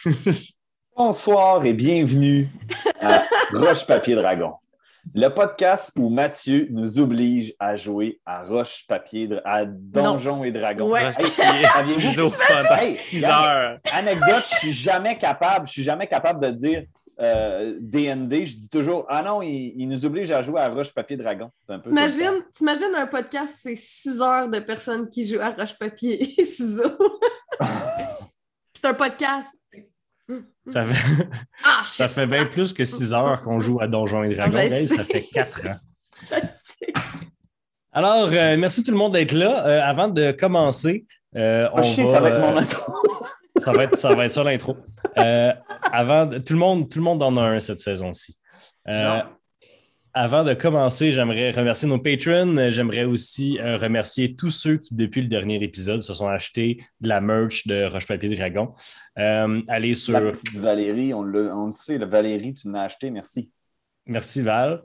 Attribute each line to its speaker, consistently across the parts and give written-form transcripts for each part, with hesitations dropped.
Speaker 1: Bonsoir et bienvenue à Roche Papier Dragon, le podcast où Mathieu nous oblige à jouer à Roche Papier à Donjons et Dragons.
Speaker 2: Ouais.
Speaker 1: Hey, saviez-vous
Speaker 3: pendant
Speaker 1: Hey,
Speaker 3: 6
Speaker 1: regarde,
Speaker 3: heures.
Speaker 1: anecdote, je suis jamais capable de dire D&D. Je dis toujours ah non, il nous oblige à jouer à Roche Papier Dragon. C'est un peu
Speaker 2: T'imagines un podcast où c'est 6 heures de personnes qui jouent à roche-papier et ciseaux. C'est un podcast.
Speaker 3: Ça fait,
Speaker 2: Ah,
Speaker 3: ça fait bien plus que 6 heures qu'on joue à Donjons et Dragons.
Speaker 2: Je sais.
Speaker 3: Hey, ça fait 4 ans.
Speaker 2: Je sais.
Speaker 3: Alors, merci tout le monde d'être là. Avant de commencer, on
Speaker 1: ça va être mon intro.
Speaker 3: ça va être ça l'intro. Tout le monde en a un cette saison-ci. Avant de commencer, j'aimerais remercier nos patrons. J'aimerais aussi remercier tous ceux qui, depuis le dernier épisode, se sont achetés de la merch de Roche Papier Dragon. Allez sur...
Speaker 1: La petite Valérie, on le sait, Valérie, tu l'as acheté, merci.
Speaker 3: Merci Val.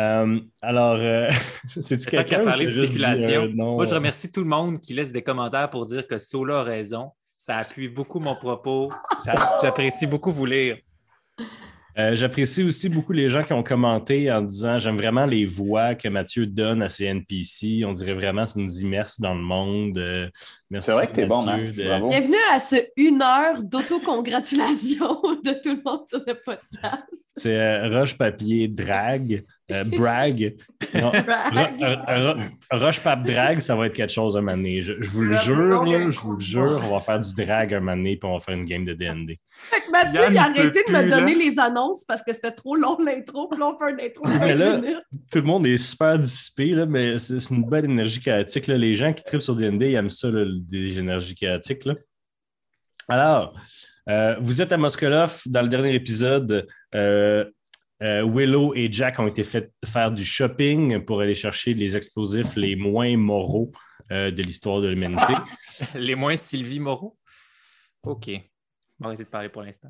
Speaker 3: C'est-tu quelqu'un
Speaker 4: qui a parlé de spéculation? Moi, je
Speaker 3: non?
Speaker 4: remercie tout le monde qui laisse des commentaires pour dire que Sola a raison. Ça appuie beaucoup mon propos. J'apprécie beaucoup vous lire.
Speaker 3: J'apprécie aussi beaucoup les gens qui ont commenté en disant « J'aime vraiment les voix que Mathieu donne à ses NPC. On dirait vraiment que ça nous immerse dans le monde. Merci,
Speaker 1: c'est vrai que t'es bon, Matt. Bravo.
Speaker 2: Bienvenue à ce 1 heure d'autocongratulation de tout le monde sur le podcast.
Speaker 3: C'est Roche Papier Drag. Brag. Non, Roche Papier Drag, ça va être quelque chose un moment donné. Je vous le jure, là, je vous le jure, on va faire du drag un moment donné puis on va faire une game de D&D.
Speaker 2: Fait que Mathieu, il a arrêté de me donner les annonces parce que c'était trop long l'intro, puis là, on fait une intro de 20 minutes.
Speaker 3: Tout le monde est super dissipé, là, mais c'est une belle énergie chaotique. Là. Les gens qui trippent sur D&D, ils aiment ça, là, des énergies chaotiques. Là. Alors, vous êtes à Moscoloff. Dans le dernier épisode, Willow et Jack ont été fait faire du shopping pour aller chercher les explosifs les moins moraux de l'histoire de l'humanité.
Speaker 4: Les moins Sylvie Moreau? OK. On va arrêter de parler pour l'instant.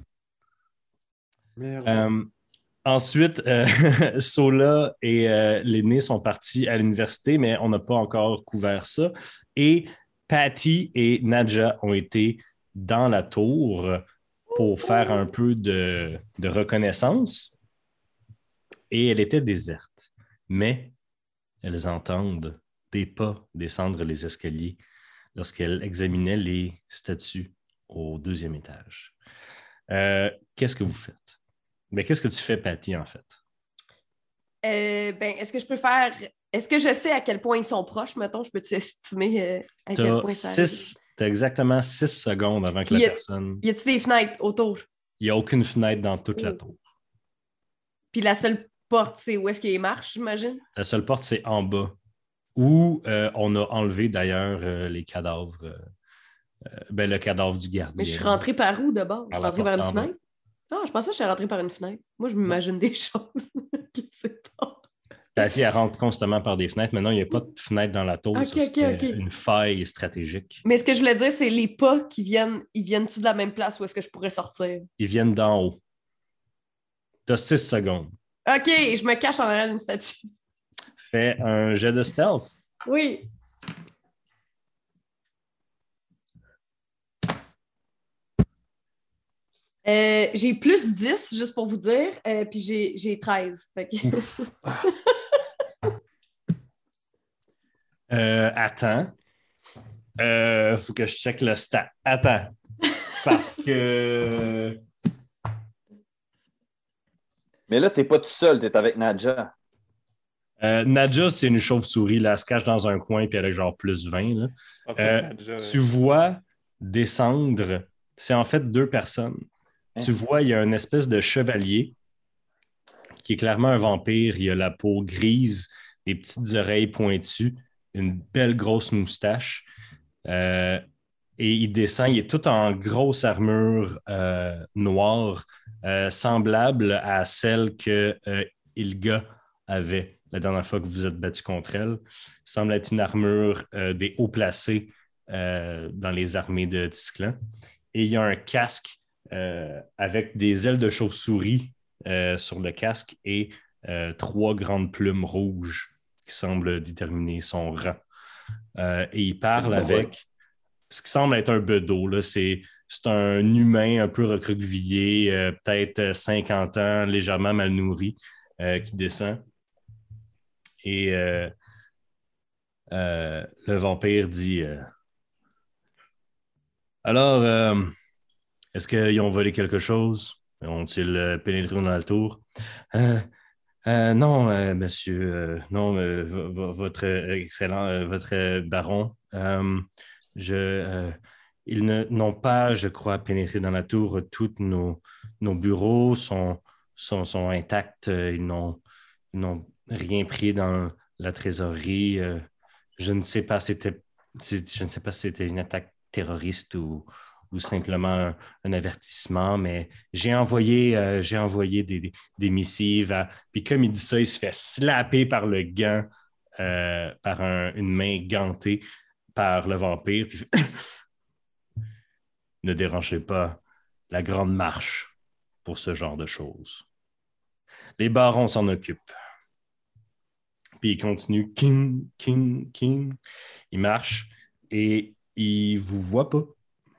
Speaker 3: Ensuite, Sola et l'aîné sont partis à l'université, mais on n'a pas encore couvert ça. Et Patty et Nadja ont été dans la tour pour faire un peu de reconnaissance. Et elle était déserte. Mais elles entendent des pas descendre les escaliers lorsqu'elles examinaient les statues au 2e étage. Qu'est-ce que vous faites? Mais qu'est-ce que tu fais, Patty, en fait?
Speaker 2: Est-ce que je peux faire... Est-ce que je sais à quel point ils sont proches, mettons? Je peux-tu estimer à quel point ça arrive?
Speaker 3: T'as exactement 6 secondes avant que la personne...
Speaker 2: Y a-t-il des fenêtres autour?
Speaker 3: Il n'y a aucune fenêtre dans toute la tour.
Speaker 2: Puis la seule porte, c'est où est-ce qu'il marche, j'imagine?
Speaker 3: La seule porte, c'est en bas, où on a enlevé d'ailleurs les cadavres... le cadavre du gardien.
Speaker 2: Mais je suis rentrée par où d'abord? Je suis rentrée par une fenêtre? Non, je pensais que je suis rentrée par une fenêtre. Moi, je m'imagine des choses. C'est pas...
Speaker 3: Patty, elle rentre constamment par des fenêtres. Maintenant, il n'y a pas de fenêtre dans la tour.
Speaker 2: OK.
Speaker 3: Une faille stratégique.
Speaker 2: Mais ce que je voulais dire, c'est les pas qui viennent, ils viennent-tu de la même place où est-ce que je pourrais sortir?
Speaker 3: Ils viennent d'en haut. Tu as 6 secondes.
Speaker 2: OK, je me cache en arrière d'une statue.
Speaker 3: Fais un jet de stealth.
Speaker 2: Oui. J'ai plus 10, juste pour vous dire, puis j'ai 13. Fait que...
Speaker 3: Attends. Faut que je check le stat. Attends. Parce que...
Speaker 1: Mais là, t'es pas tout seul, t'es avec Nadja.
Speaker 3: Nadja, c'est une chauve-souris. Là, elle se cache dans un coin puis elle a genre plus 20. Là. Tu vois descendre, c'est en fait 2 personnes. Tu vois, il y a une espèce de chevalier qui est clairement un vampire. Il a la peau grise, des petites oreilles pointues, une belle grosse moustache. Et il descend, il est tout en grosse armure noire, semblable à celle que Ilga avait la dernière fois que vous êtes battu contre elle. Il semble être une armure des hauts placés dans les armées de Tisclan. Et il y a un casque avec des ailes de chauve-souris sur le casque et 3 grandes plumes rouges qui semblent déterminer son rang. Et il parle avec ce qui semble être un bedeau. Là. C'est c'est un humain un peu recroquevillé, peut-être 50 ans, légèrement mal nourri, qui descend. Et le vampire dit alors, est-ce qu'ils ont volé quelque chose? Ont-ils pénétré dans la tour? Non, monsieur, non, votre excellent, votre baron, ils n'ont pas, je crois, pénétré dans la tour. Tous nos bureaux sont intacts. Ils n'ont rien pris dans la trésorerie. Je ne sais pas si c'était une attaque terroriste ou simplement un avertissement, mais j'ai envoyé des missives. Puis comme il dit ça, il se fait slapper par le gant, par une main gantée par le vampire. Puis ne dérangez pas la grande marche pour ce genre de choses. Les barons s'en occupent. Puis il continue, king, king, king. Il marche et il vous voit pas.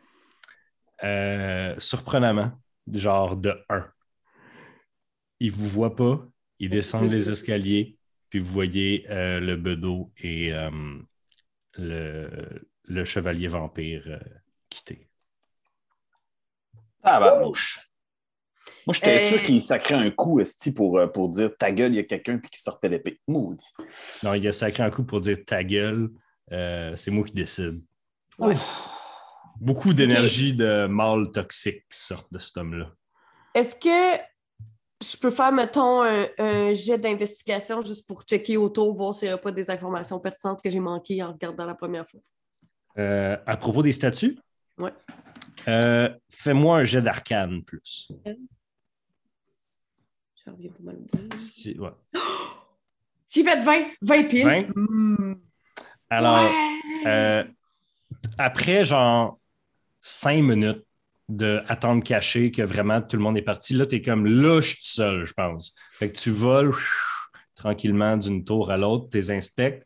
Speaker 3: Surprenamment, genre de 1. Il vous voit pas, il descend les escaliers, puis vous voyez le bedeau et le chevalier vampire quitter.
Speaker 1: Ah bah mouche. Moi, j'étais sûr qu'il sacrait un coup pour dire ta gueule, il y a quelqu'un puis qui sortait l'épée. Maudit.
Speaker 3: Non, il a sacré un coup pour dire ta gueule, c'est moi qui décide.
Speaker 2: Ouais.
Speaker 3: Beaucoup d'énergie de mâle toxique qui sortent de cet homme-là.
Speaker 2: Est-ce que je peux faire, mettons, un jet d'investigation juste pour checker autour, voir s'il n'y a pas des informations pertinentes que j'ai manquées en regardant la première fois?
Speaker 3: À propos des statues?
Speaker 2: Ouais.
Speaker 3: Fais-moi un jet d'arcane plus.
Speaker 2: Je reviens pas mal au bout.
Speaker 3: Ouais.
Speaker 2: J'ai fait 20 piles.
Speaker 3: 20? Alors,
Speaker 2: ouais!
Speaker 3: Après genre 5 minutes d'attente cachée que vraiment tout le monde est parti, là, t'es comme là, je suis tout seul, je pense. Fait que tu voles tranquillement d'une tour à l'autre, tu les inspectes.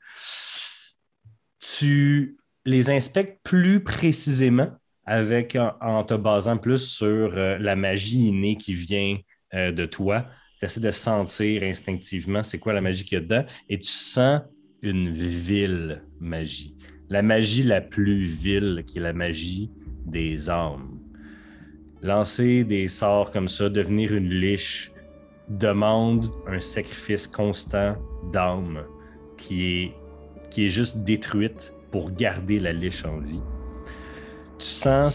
Speaker 3: Tu les inspectes plus précisément en te basant plus sur la magie innée qui vient de toi. Tu essaies de sentir instinctivement c'est quoi la magie qu'il y a dedans et tu sens une vile magie. La magie la plus vile, qui est la magie des âmes. Lancer des sorts comme ça, devenir une liche, demande un sacrifice constant d'âme qui est juste détruite pour garder la liche en vie. Tu sens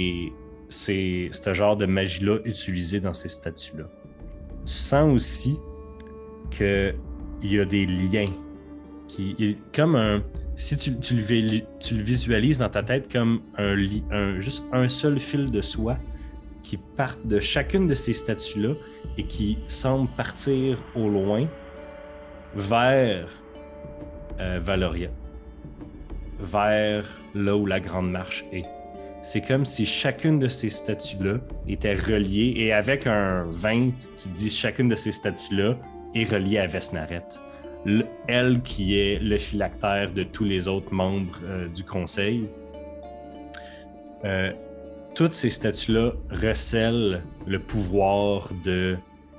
Speaker 3: ce genre de magie-là utilisée dans ces statues-là. Tu sens aussi qu'il y a des liens comme si tu le visualises dans ta tête comme juste un seul fil de soie qui part de chacune de ces statues-là et qui semble partir au loin vers Valoria, vers là où la Grande Marche est. C'est comme si chacune de ces statues-là était reliée et avec un 20, tu dis chacune de ces statues-là est reliée à Vesnaret. Elle qui est le phylactère de tous les autres membres du conseil. Toutes ces statues-là recèlent le pouvoir de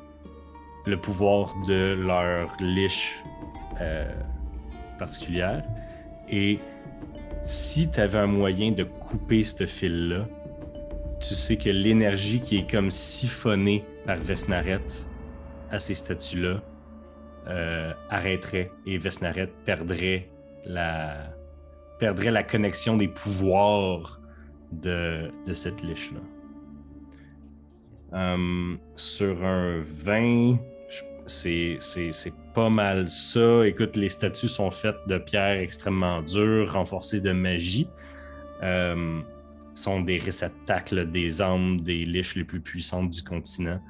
Speaker 3: leur liche particulière. Et si tu avais un moyen de couper ce fil-là, tu sais que l'énergie qui est comme siphonnée par Vesnaret à ces statues-là arrêterait et Vesnaret perdrait la connexion des pouvoirs de cette liche-là. Sur un 20, c'est pas mal ça. Écoute, les statues sont faites de pierres extrêmement dures, renforcées de magie. Sont des réceptacles des âmes des liches les plus puissantes du continent.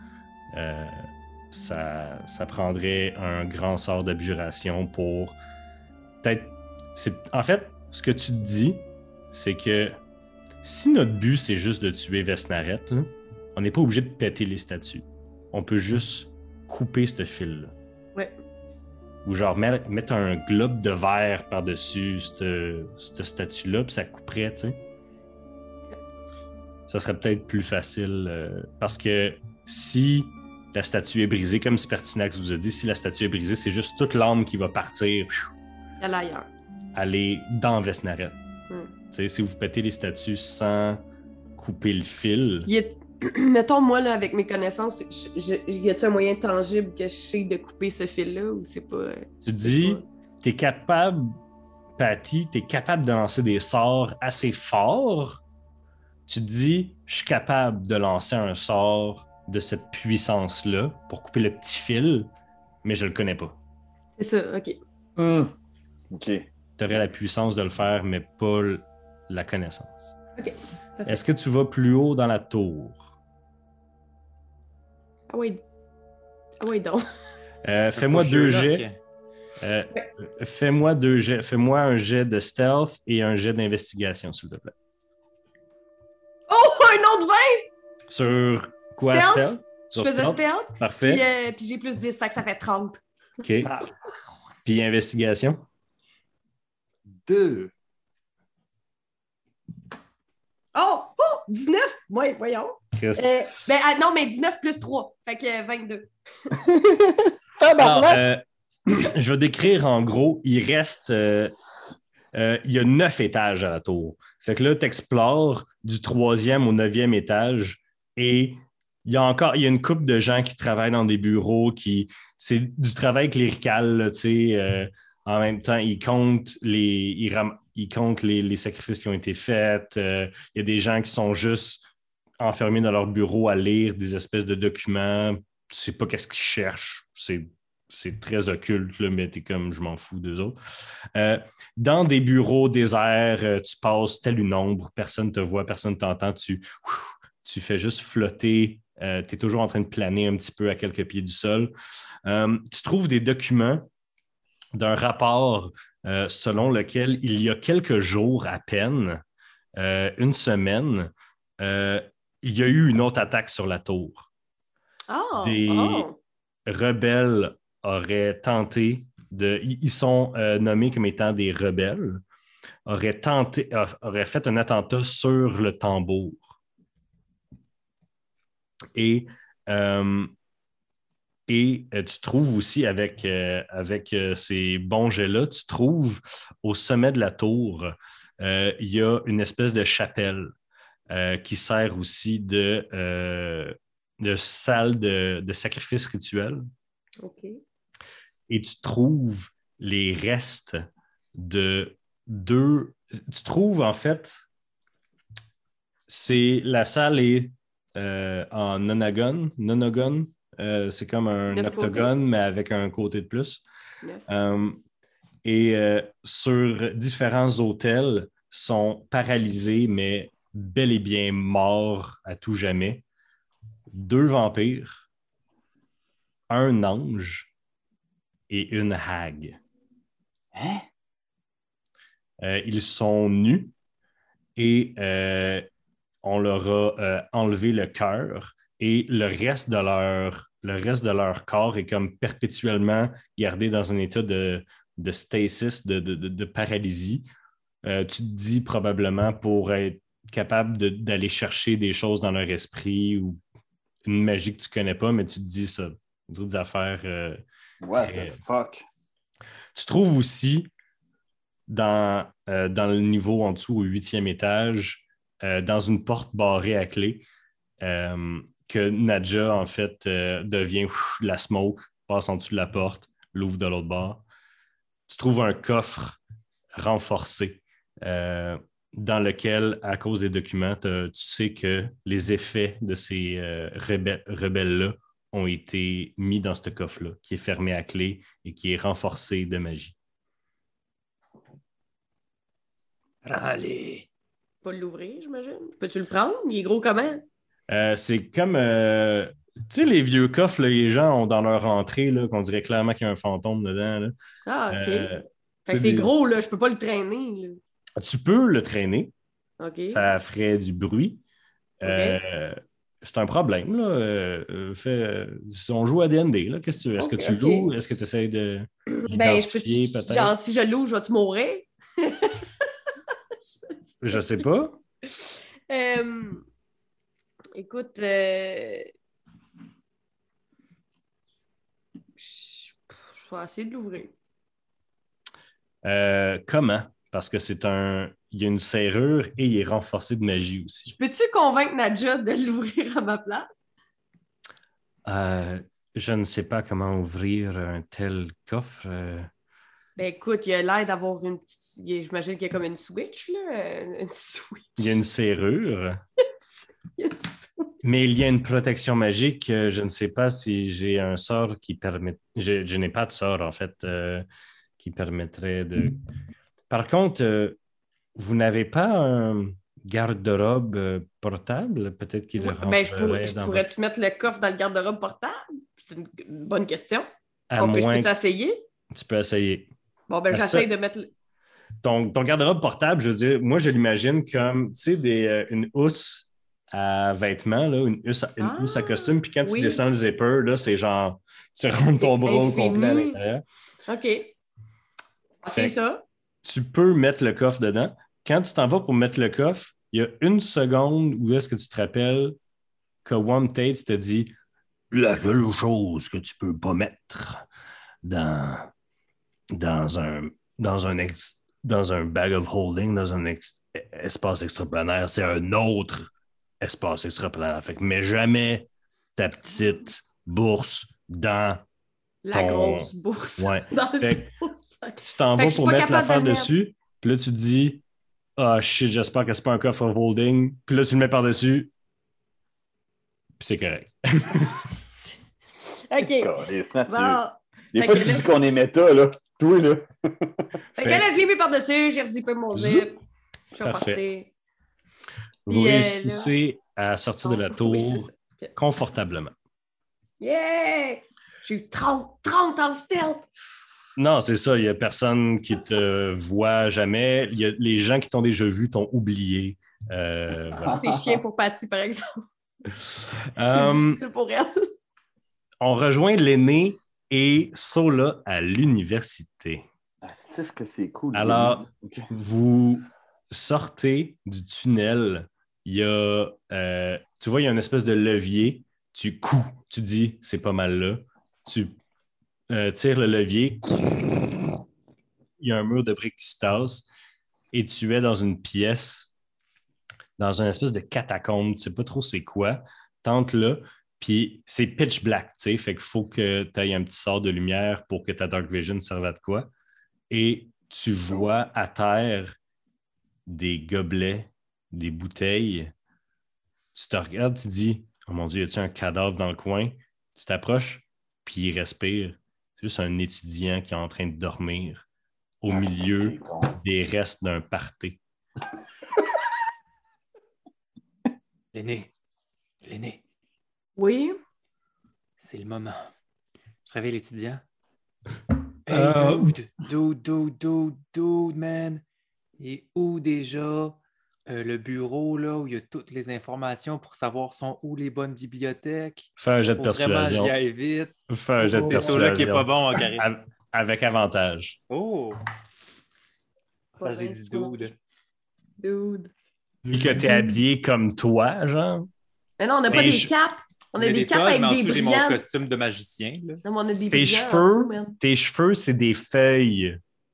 Speaker 3: Ça prendrait un grand sort d'abjuration pour peut-être... En fait, ce que tu te dis, c'est que si notre but, c'est juste de tuer Vesnaret, là, on n'est pas obligé de péter les statues. On peut juste couper ce fil-là.
Speaker 2: Ouais.
Speaker 3: Ou genre mettre un globe de verre par-dessus cette statue-là, puis ça couperait, tu sais. ça serait peut-être plus facile. Parce que si la statue est brisée, comme Spertinax vous a dit, si la statue est brisée, c'est juste toute l'âme qui va partir.
Speaker 2: Elle ailleurs.
Speaker 3: Aller dans Vesnaret. Si vous pétez les statues sans couper le fil...
Speaker 2: Mettons, moi, là, avec mes connaissances, y a-t-il un moyen tangible que je sais de couper ce fil-là ou c'est pas...
Speaker 3: Tu dis, t'es capable, Patty, t'es capable de lancer des sorts assez forts. Tu dis, je suis capable de lancer un sort de cette puissance-là pour couper le petit fil, mais je le connais pas.
Speaker 2: C'est ça, OK.
Speaker 1: OK.
Speaker 3: T'aurais la puissance de le faire, mais pas la connaissance.
Speaker 2: OK.
Speaker 3: Est-ce que tu vas plus haut dans la tour?
Speaker 2: Ah oui. Ah oui, donc.
Speaker 3: Fais-moi 2 jets. Fais-moi 2 jets. Fais-moi un jet de stealth et un jet d'investigation, s'il te plaît.
Speaker 2: Oh, un autre 20!
Speaker 3: Sur quoi, stealth?
Speaker 2: Je faisais stealth.
Speaker 3: Parfait.
Speaker 2: Puis j'ai plus 10, fait que ça fait 30.
Speaker 3: OK. Puis investigation?
Speaker 4: 2.
Speaker 2: Oh! 19! Oui, voyons. Non, mais 19 plus 3. Fait que 22.
Speaker 3: Alors, je vais décrire en gros, il reste... il y a 9 étages à la tour. Fait que là, tu explores du 3e au 9e étage et il y a une couple de gens qui travaillent dans des bureaux c'est du travail clérical, tu sais. En même temps, ils comptent les sacrifices qui ont été faits. Il y a des gens qui sont juste enfermés dans leur bureau à lire des espèces de documents. Tu sais pas qu'est-ce qu'ils cherchent. C'est très occulte, là, mais t'es comme, je m'en fous d'eux autres. Dans des bureaux déserts, tu passes telle une ombre, personne te voit, personne t'entend, tu fais juste flotter, tu es toujours en train de planer un petit peu à quelques pieds du sol. Tu trouves des documents d'un rapport selon lequel il y a quelques jours à peine, une semaine, il y a eu une autre attaque sur la tour. Des rebelles auraient tenté ils sont nommés comme étant des rebelles, auraient fait un attentat sur le tambour. Et tu trouves aussi avec ces bons jets-là, tu trouves au sommet de la tour, il y a une espèce de chapelle qui sert aussi de salle de sacrifice rituel.
Speaker 2: OK.
Speaker 3: Et tu trouves les restes de 2... Tu trouves, en fait, la salle est en nonagone. C'est comme un octogone, mais avec un côté de plus. Sur différents hôtels sont paralysés, mais bel et bien morts à tout jamais. 2 vampires, un ange et une hague.
Speaker 1: Hein?
Speaker 3: Ils sont nus et on leur a enlevé le cœur et le reste de leur corps est comme perpétuellement gardé dans un état de stasis, de paralysie. Tu te dis probablement pour être capable d'aller chercher des choses dans leur esprit ou une magie que tu ne connais pas, mais tu te dis ça. Des affaires...
Speaker 1: What the fuck?
Speaker 3: Tu trouves aussi dans le niveau en dessous, au 8e étage, dans une porte barrée à clé, que Nadja, en fait, devient la smoke, passe en dessous de la porte, l'ouvre de l'autre bord. Tu trouves un coffre renforcé dans lequel, à cause des documents, tu sais que les effets de ces rebelles-là ont été mis dans ce coffre-là, qui est fermé à clé et qui est renforcé de magie.
Speaker 4: Allez.
Speaker 2: Pas l'ouvrir, j'imagine. Peux-tu le prendre? Il est gros comment?
Speaker 3: C'est comme... tu sais, les vieux coffres, là, les gens ont dans leur entrée, là, qu'on dirait clairement qu'il y a un fantôme dedans. Là.
Speaker 2: Ah, OK. Fait que c'est gros, là. Je peux pas le traîner. Là.
Speaker 3: Tu peux le traîner.
Speaker 2: OK.
Speaker 3: Ça ferait du bruit.
Speaker 2: Okay.
Speaker 3: C'est un problème. Là. Si on joue à D&D, là, qu'est-ce que tu veux? Est-ce que tu loues? Est-ce que tu essaies de l'identifier, peut-être?
Speaker 2: Genre, si je loue, je vais-tu mourir?
Speaker 3: Je sais pas.
Speaker 2: Écoute, je vais essayer de l'ouvrir.
Speaker 3: Comment? Parce que il y a une serrure et il est renforcé de magie aussi.
Speaker 2: Peux-tu convaincre Nadja de l'ouvrir à ma place?
Speaker 3: Je ne sais pas comment ouvrir un tel coffre.
Speaker 2: Ben écoute, il a l'air d'avoir une petite... J'imagine qu'il y a comme une switch, là. Une switch.
Speaker 3: Il y a une serrure.
Speaker 2: Il y a une switch.
Speaker 3: Mais il y a une protection magique. Je ne sais pas si j'ai un sort qui permet... Je n'ai pas de sort, en fait, qui permettrait de... Par contre, vous n'avez pas un garde-robe portable? Peut-être qu'il le
Speaker 2: Ben,
Speaker 3: rentrerait dans
Speaker 2: pourrais-tu mettre le coffre dans le garde-robe portable? C'est une bonne question.
Speaker 3: À
Speaker 2: Je
Speaker 3: moins
Speaker 2: peux essayer?
Speaker 3: Tu peux essayer.
Speaker 2: Bon, ben j'essaye de mettre...
Speaker 3: Ton garde-robe portable, je veux dire, moi, je l'imagine comme, tu sais, une housse à vêtements, là, une housse à costume, puis quand tu descends le zipper, là, c'est genre, tu rentres ton bras au complet à l'intérieur.
Speaker 2: OK. C'est ça.
Speaker 3: Tu peux mettre le coffre dedans. Quand tu t'en vas pour mettre le coffre, il y a une seconde où est-ce que tu te rappelles que One Tate te dit « La seule chose que tu peux pas mettre dans un bag of holding, dans un espace extraplanaire, c'est un autre espace extraplanaire. Fait que mets jamais ta petite bourse dans
Speaker 2: la grosse bourse.
Speaker 3: Ouais.
Speaker 2: Dans
Speaker 3: tu t'en vas pour mettre l'affaire dessus, puis là, tu te dis « Ah, shit, j'espère que c'est pas un coffre of holding. » Puis là, tu le mets par-dessus, puis c'est correct.
Speaker 2: OK.
Speaker 1: Bon. Des fois, tu dis qu'on est méta, là. Toi, là.
Speaker 2: Fait que là, je l'ai mis par-dessus, j'ai rezippé mon zip. Je suis reparti.
Speaker 3: Vous réussissez à sortir de la tour confortablement.
Speaker 2: Yeah! J'ai eu 30 en stealth!
Speaker 3: Non, c'est ça. Il n'y a personne qui te voit jamais. Les gens qui t'ont déjà vu t'ont oublié. Voilà.
Speaker 2: C'est chiant pour Patty, par exemple. C'est difficile pour elle.
Speaker 3: On rejoint l'aîné et Sola à l'université.
Speaker 1: Ah, Steve, que c'est cool.
Speaker 3: Alors, vous sortez du tunnel. Il y a, tu vois, il y a une espèce de levier. Tu couds. Tu dis, c'est pas mal là. Tu tires le levier. Il y a un mur de briques qui se tasse et tu es dans une pièce, dans une espèce de catacombe. Tu sais pas trop c'est quoi. Tente là. Puis c'est pitch black, tu sais, fait qu'il faut que tu aies un petit sort de lumière pour que ta Dark Vision serve à de quoi. Et tu vois à terre des gobelets, des bouteilles. Tu te regardes, tu dis « Oh mon Dieu, y a-t-il un cadavre dans le coin? » Tu t'approches, puis il respire. C'est juste un étudiant qui est en train de dormir au milieu des restes d'un party.
Speaker 4: L'aîné.
Speaker 2: Oui?
Speaker 4: C'est le moment. Je réveille l'étudiant. Hey, dude, man. Il est où déjà le bureau là, où il y a toutes les informations pour savoir sont où les bonnes bibliothèques?
Speaker 3: Fais un jet de persuasion.
Speaker 4: Vraiment, j'y aille vite.
Speaker 3: Fais un jet de persuasion.
Speaker 4: C'est ça là qui est pas bon en charisme.
Speaker 3: Avec avantage.
Speaker 4: Oh! J'ai dit
Speaker 2: Dude.
Speaker 3: Et que t'es habillé comme toi, genre?
Speaker 2: Mais non, on n'a pas des capes. On a des capes avec des brillants.
Speaker 4: J'ai mon costume de magicien. Là.
Speaker 2: Non, mais on a des
Speaker 3: tes cheveux, c'est des feuilles.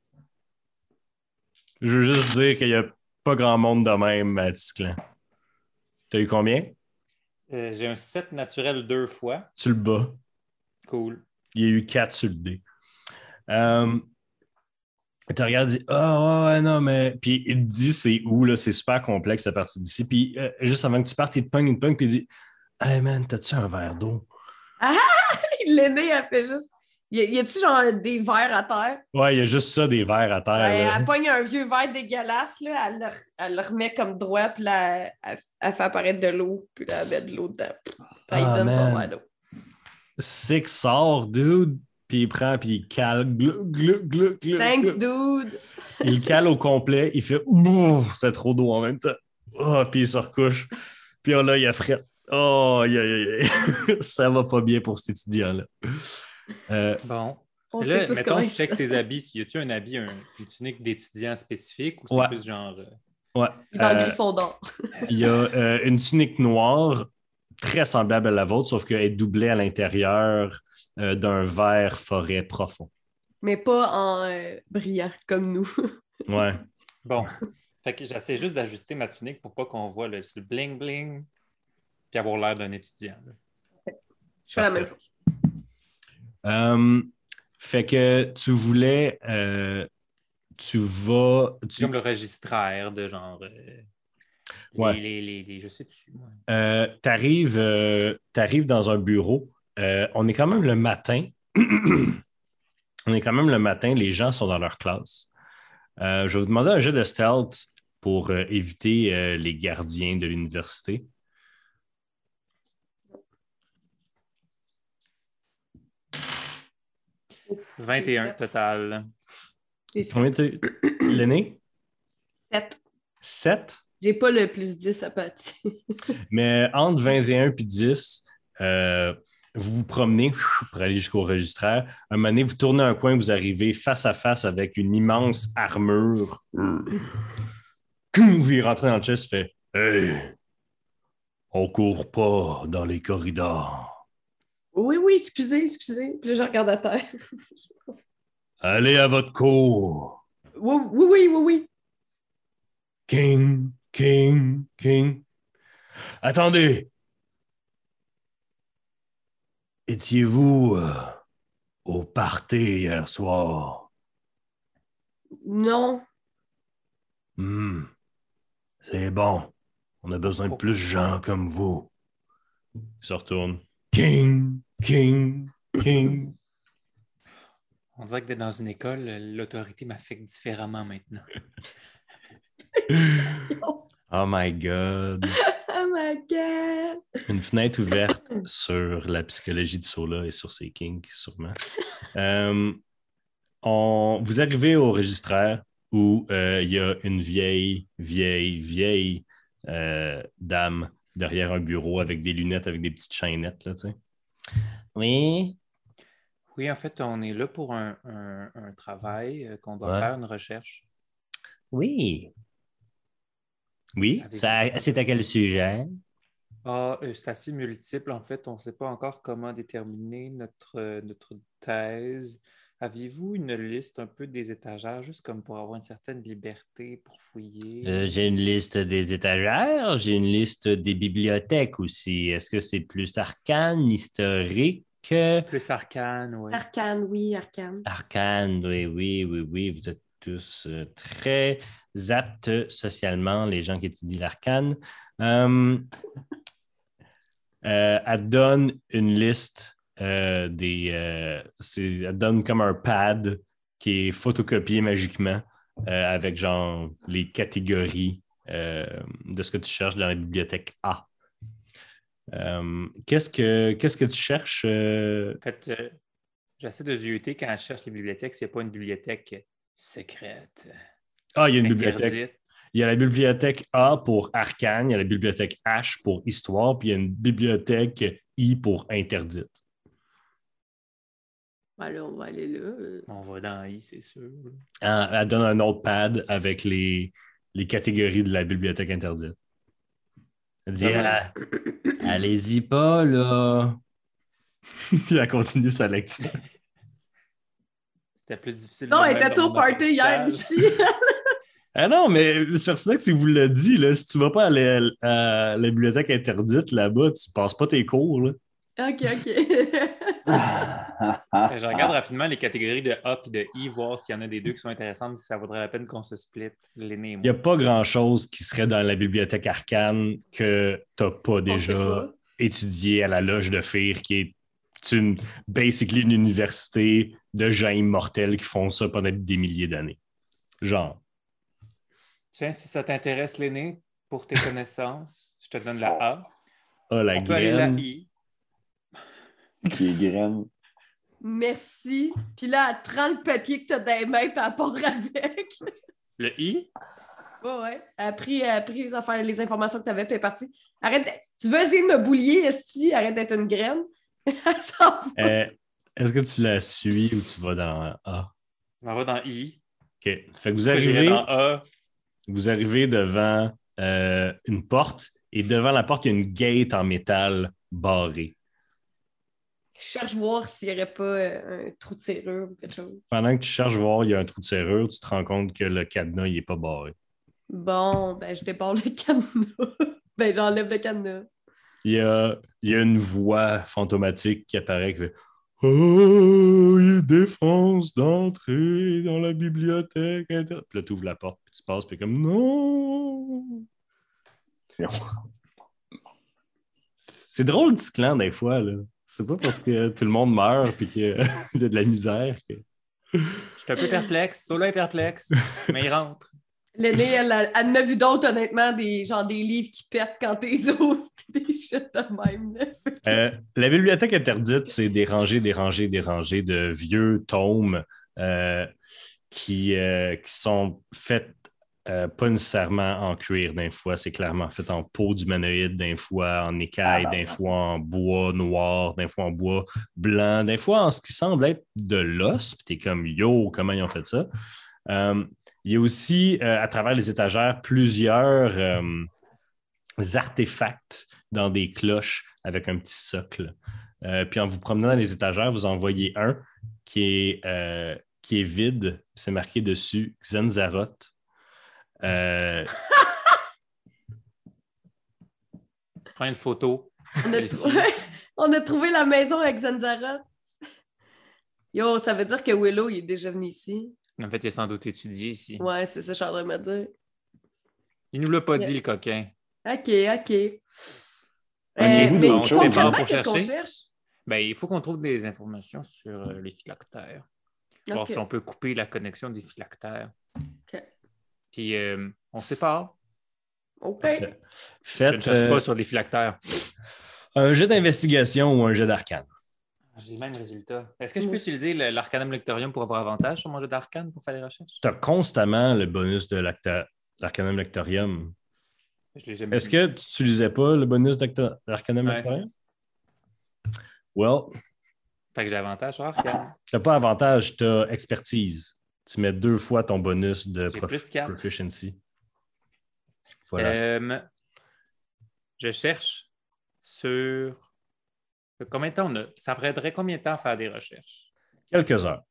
Speaker 3: Je veux juste dire qu'il n'y a pas grand monde de même à Tisclan. T'as eu combien?
Speaker 4: J'ai un 7 naturel 2 fois.
Speaker 3: Tu le bats.
Speaker 4: Cool.
Speaker 3: Il y a eu 4 sur le dé. Tu regardes et dis ouais, non, mais. Puis il te dit c'est où, là, c'est super complexe à partir d'ici. Puis juste avant que tu partes, il te pogne, puis il dit Hey man, t'as-tu un verre d'eau?
Speaker 2: Ah! L'aîné, elle fait juste. Y a-tu genre des verres à terre?
Speaker 3: Ouais, il y a juste ça, des verres à terre.
Speaker 2: Ouais, elle pogne un vieux verre dégueulasse, là, elle le remet comme droit, puis là, elle fait apparaître de l'eau, puis là, elle met de l'eau dedans. Puis il donne son verre d'eau.
Speaker 3: Six sort, dude. Puis il prend, puis il cale.
Speaker 2: Thanks, dude.
Speaker 3: Il cale au complet. Il fait c'était trop d'eau en même temps. Oh, puis il se recouche. Puis oh, là, il a fret. Oh, ça va pas bien pour cet étudiant-là.
Speaker 4: Bon. Là, mettons, je check ses habits. Y a-tu un habit, une tunique d'étudiant spécifique ou c'est plus genre.
Speaker 3: Ouais.
Speaker 2: Dans le Gryffondor.
Speaker 3: Il y a une tunique noire très semblable à la vôtre, sauf qu'elle est doublée à l'intérieur d'un vert forêt profond.
Speaker 2: Mais pas en brillant comme nous.
Speaker 3: Ouais.
Speaker 4: Bon. Fait que j'essaie juste d'ajuster ma tunique pour pas qu'on voit le bling-bling puis avoir l'air d'un étudiant. Là.
Speaker 2: Je fais la même chose.
Speaker 3: Fait que tu voulais... tu vas...
Speaker 4: Comme le registraire de genre...
Speaker 3: Ouais.
Speaker 4: je sais dessus.
Speaker 3: T'arrives dans un bureau. On est quand même le matin. Les gens sont dans leur classe. Je vais vous demander un jet de stealth pour éviter les gardiens de l'université.
Speaker 2: Ouf,
Speaker 4: 21 total.
Speaker 3: Combien l'aîné?
Speaker 2: 7.
Speaker 3: 7?
Speaker 2: J'ai pas le plus 10 à pâtir.
Speaker 3: Mais entre 21 et 10, vous vous promenez pour aller jusqu'au registraire. Un moment donné, vous tournez un coin, vous arrivez face à face avec une immense armure. Vous y rentrez dans le chest, fait « Hey, on court pas dans les corridors. »
Speaker 2: Oui, excusez. Puis là, je regarde à terre.
Speaker 3: Allez à votre cours.
Speaker 2: Oui.
Speaker 3: King. Attendez. Étiez-vous au party hier soir?
Speaker 2: Non.
Speaker 3: C'est bon. On a besoin de plus de gens comme vous. Il se retourne. King.
Speaker 4: On dirait que d'être dans une école, l'autorité m'affecte différemment maintenant.
Speaker 3: Oh my God.
Speaker 2: Oh my God.
Speaker 3: Une fenêtre ouverte sur la psychologie de Sola et sur ses kinks, sûrement. Vous arrivez au registraire où il y a une vieille dame derrière un bureau avec des lunettes, avec des petites chaînettes, là, tu sais. Oui?
Speaker 4: Oui, en fait, on est là pour un travail qu'on doit faire, une recherche.
Speaker 3: Oui. Oui? C'est à quel sujet?
Speaker 4: C'est assez multiple. En fait, on ne sait pas encore comment déterminer notre thèse. Aviez-vous une liste un peu des étagères, juste comme pour avoir une certaine liberté pour fouiller?
Speaker 3: J'ai une liste des étagères, j'ai une liste des bibliothèques aussi. Est-ce que c'est plus arcane, historique?
Speaker 4: Plus arcane, oui.
Speaker 2: Arcane, oui, arcane.
Speaker 3: Arcane, oui. Vous êtes tous très aptes socialement, les gens qui étudient l'arcane. Elle donne une liste elle donne comme un pad qui est photocopié magiquement avec genre les catégories de ce que tu cherches dans la bibliothèque A. Qu'est-ce que tu cherches?
Speaker 4: En fait, j'essaie de zioter quand je cherche les bibliothèques s'il n'y a pas une bibliothèque secrète.
Speaker 3: Ah, il y a une bibliothèque. Il y a la bibliothèque A pour arcane, il y a la bibliothèque H pour histoire, puis il y a une bibliothèque I pour interdite.
Speaker 2: Alors, on va aller là.
Speaker 4: On va dans I, c'est sûr.
Speaker 3: Elle donne un autre pad avec les catégories de la bibliothèque interdite. Elle dit allez-y pas, là. Puis elle continue sa lecture.
Speaker 4: C'était plus difficile.
Speaker 2: Non, elle était au party hier ici.
Speaker 3: Ah non, mais c'est ça que si vous l'a dit, là, si tu vas pas à la bibliothèque interdite là-bas, tu passes pas tes cours. Là.
Speaker 2: OK.
Speaker 4: Je regarde rapidement les catégories de A et de I, voir s'il y en a des deux qui sont intéressantes, si ça vaudrait la peine qu'on se split, l'aîné et moi.
Speaker 3: Il n'y a pas grand-chose qui serait dans la bibliothèque arcane que tu n'as pas déjà étudié à la loge de Fear, qui est basically une université de gens immortels qui font ça pendant des milliers d'années. Genre.
Speaker 4: Tiens, si ça t'intéresse, l'aîné, pour tes connaissances, je te donne la A.
Speaker 3: La
Speaker 4: On peut aller la I.
Speaker 1: Qui est graine.
Speaker 2: Merci. Puis là, elle prend le papier que tu as dans les mains et elle part avec.
Speaker 4: Le I?
Speaker 2: Ouais. Elle a pris les informations que tu avais puis elle est partie. Arrête. Tu veux essayer de me boulier, Esti? Arrête d'être une graine.
Speaker 3: Est-ce que tu la suis ou tu vas dans A?
Speaker 4: On va dans I.
Speaker 3: OK. Fait que vous arrivez devant une porte Et devant la porte, il y a une gate en métal barrée.
Speaker 2: Je cherche voir s'il n'y aurait pas un trou de serrure ou quelque chose.
Speaker 3: Pendant que tu cherches voir, il y a un trou de serrure, tu te rends compte que le cadenas, il n'est pas barré.
Speaker 2: Bon, ben je débarre le cadenas. Ben j'enlève le cadenas.
Speaker 3: Il y a une voix fantomatique qui apparaît qui fait Oh, il défense d'entrer dans la bibliothèque. Puis là, tu ouvres la porte, puis tu passes, puis comme non. C'est drôle du clan des fois, là. C'est pas parce que tout le monde meurt puis qu'il y a de la misère que.
Speaker 4: Je suis un peu perplexe. Sola est perplexe, mais il rentre.
Speaker 2: L'aînée, elle en a vu d'autres, honnêtement, des livres qui pètent quand t'es ouvres, des shit de même.
Speaker 3: La bibliothèque interdite, c'est des rangées de vieux tomes qui sont faits pas nécessairement en cuir d'un fois, c'est clairement fait en peau d'humanoïde d'un fois, en écaille d'un fois, en bois noir d'un fois, en bois blanc d'un fois, en ce qui semble être de l'os. Puis t'es comme, yo, comment ils ont fait ça? Il y a aussi, à travers les étagères, plusieurs artefacts dans des cloches avec un petit socle. Puis en vous promenant dans les étagères, vous en voyez un qui est vide. C'est marqué dessus Xenzaroth.
Speaker 4: Prends une photo.
Speaker 2: On a trouvé la maison avec Xenzaroth. Yo, ça veut dire que Willow, il est déjà venu ici.
Speaker 4: En fait, il a sans doute étudié ici.
Speaker 2: Ouais, c'est ça, je suis en train de me dire.
Speaker 4: Il nous l'a pas dit, le coquin.
Speaker 2: OK.
Speaker 1: Mais
Speaker 4: on sait pas pour
Speaker 2: qu'est-ce qu'on
Speaker 4: chercher.
Speaker 2: cherche?
Speaker 4: Ben, il faut qu'on trouve des informations sur les phylactères. Voir
Speaker 2: OK.
Speaker 4: si on peut couper la connexion des phylactères.
Speaker 2: OK.
Speaker 4: Puis, on sépare.
Speaker 2: OK.
Speaker 3: Parfait.
Speaker 4: Je
Speaker 3: Faites
Speaker 4: ne cherche pas sur les phylactères.
Speaker 3: un jet d'investigation ou un jet d'arcane.
Speaker 4: J'ai le même résultat. Est-ce que je peux utiliser l'Arcanum Lectorium pour avoir avantage sur mon jet d'arcane pour faire les recherches?
Speaker 3: Tu as constamment le bonus de l'Arcanum Lectorium.
Speaker 4: Je l'ai jamais
Speaker 3: Est-ce
Speaker 4: vu.
Speaker 3: que tu n'utilisais pas le bonus d'Arcanum Lectorium? Well,
Speaker 4: Fait que j'ai avantage sur arcane.
Speaker 3: tu n'as pas avantage, tu as expertise. Tu mets 2 fois ton bonus de
Speaker 4: J'ai plus 4.
Speaker 3: proficiency. Voilà.
Speaker 4: Je cherche sur... Combien de temps on a? Ça prendrait combien de temps à faire des recherches?
Speaker 3: Quelques heures.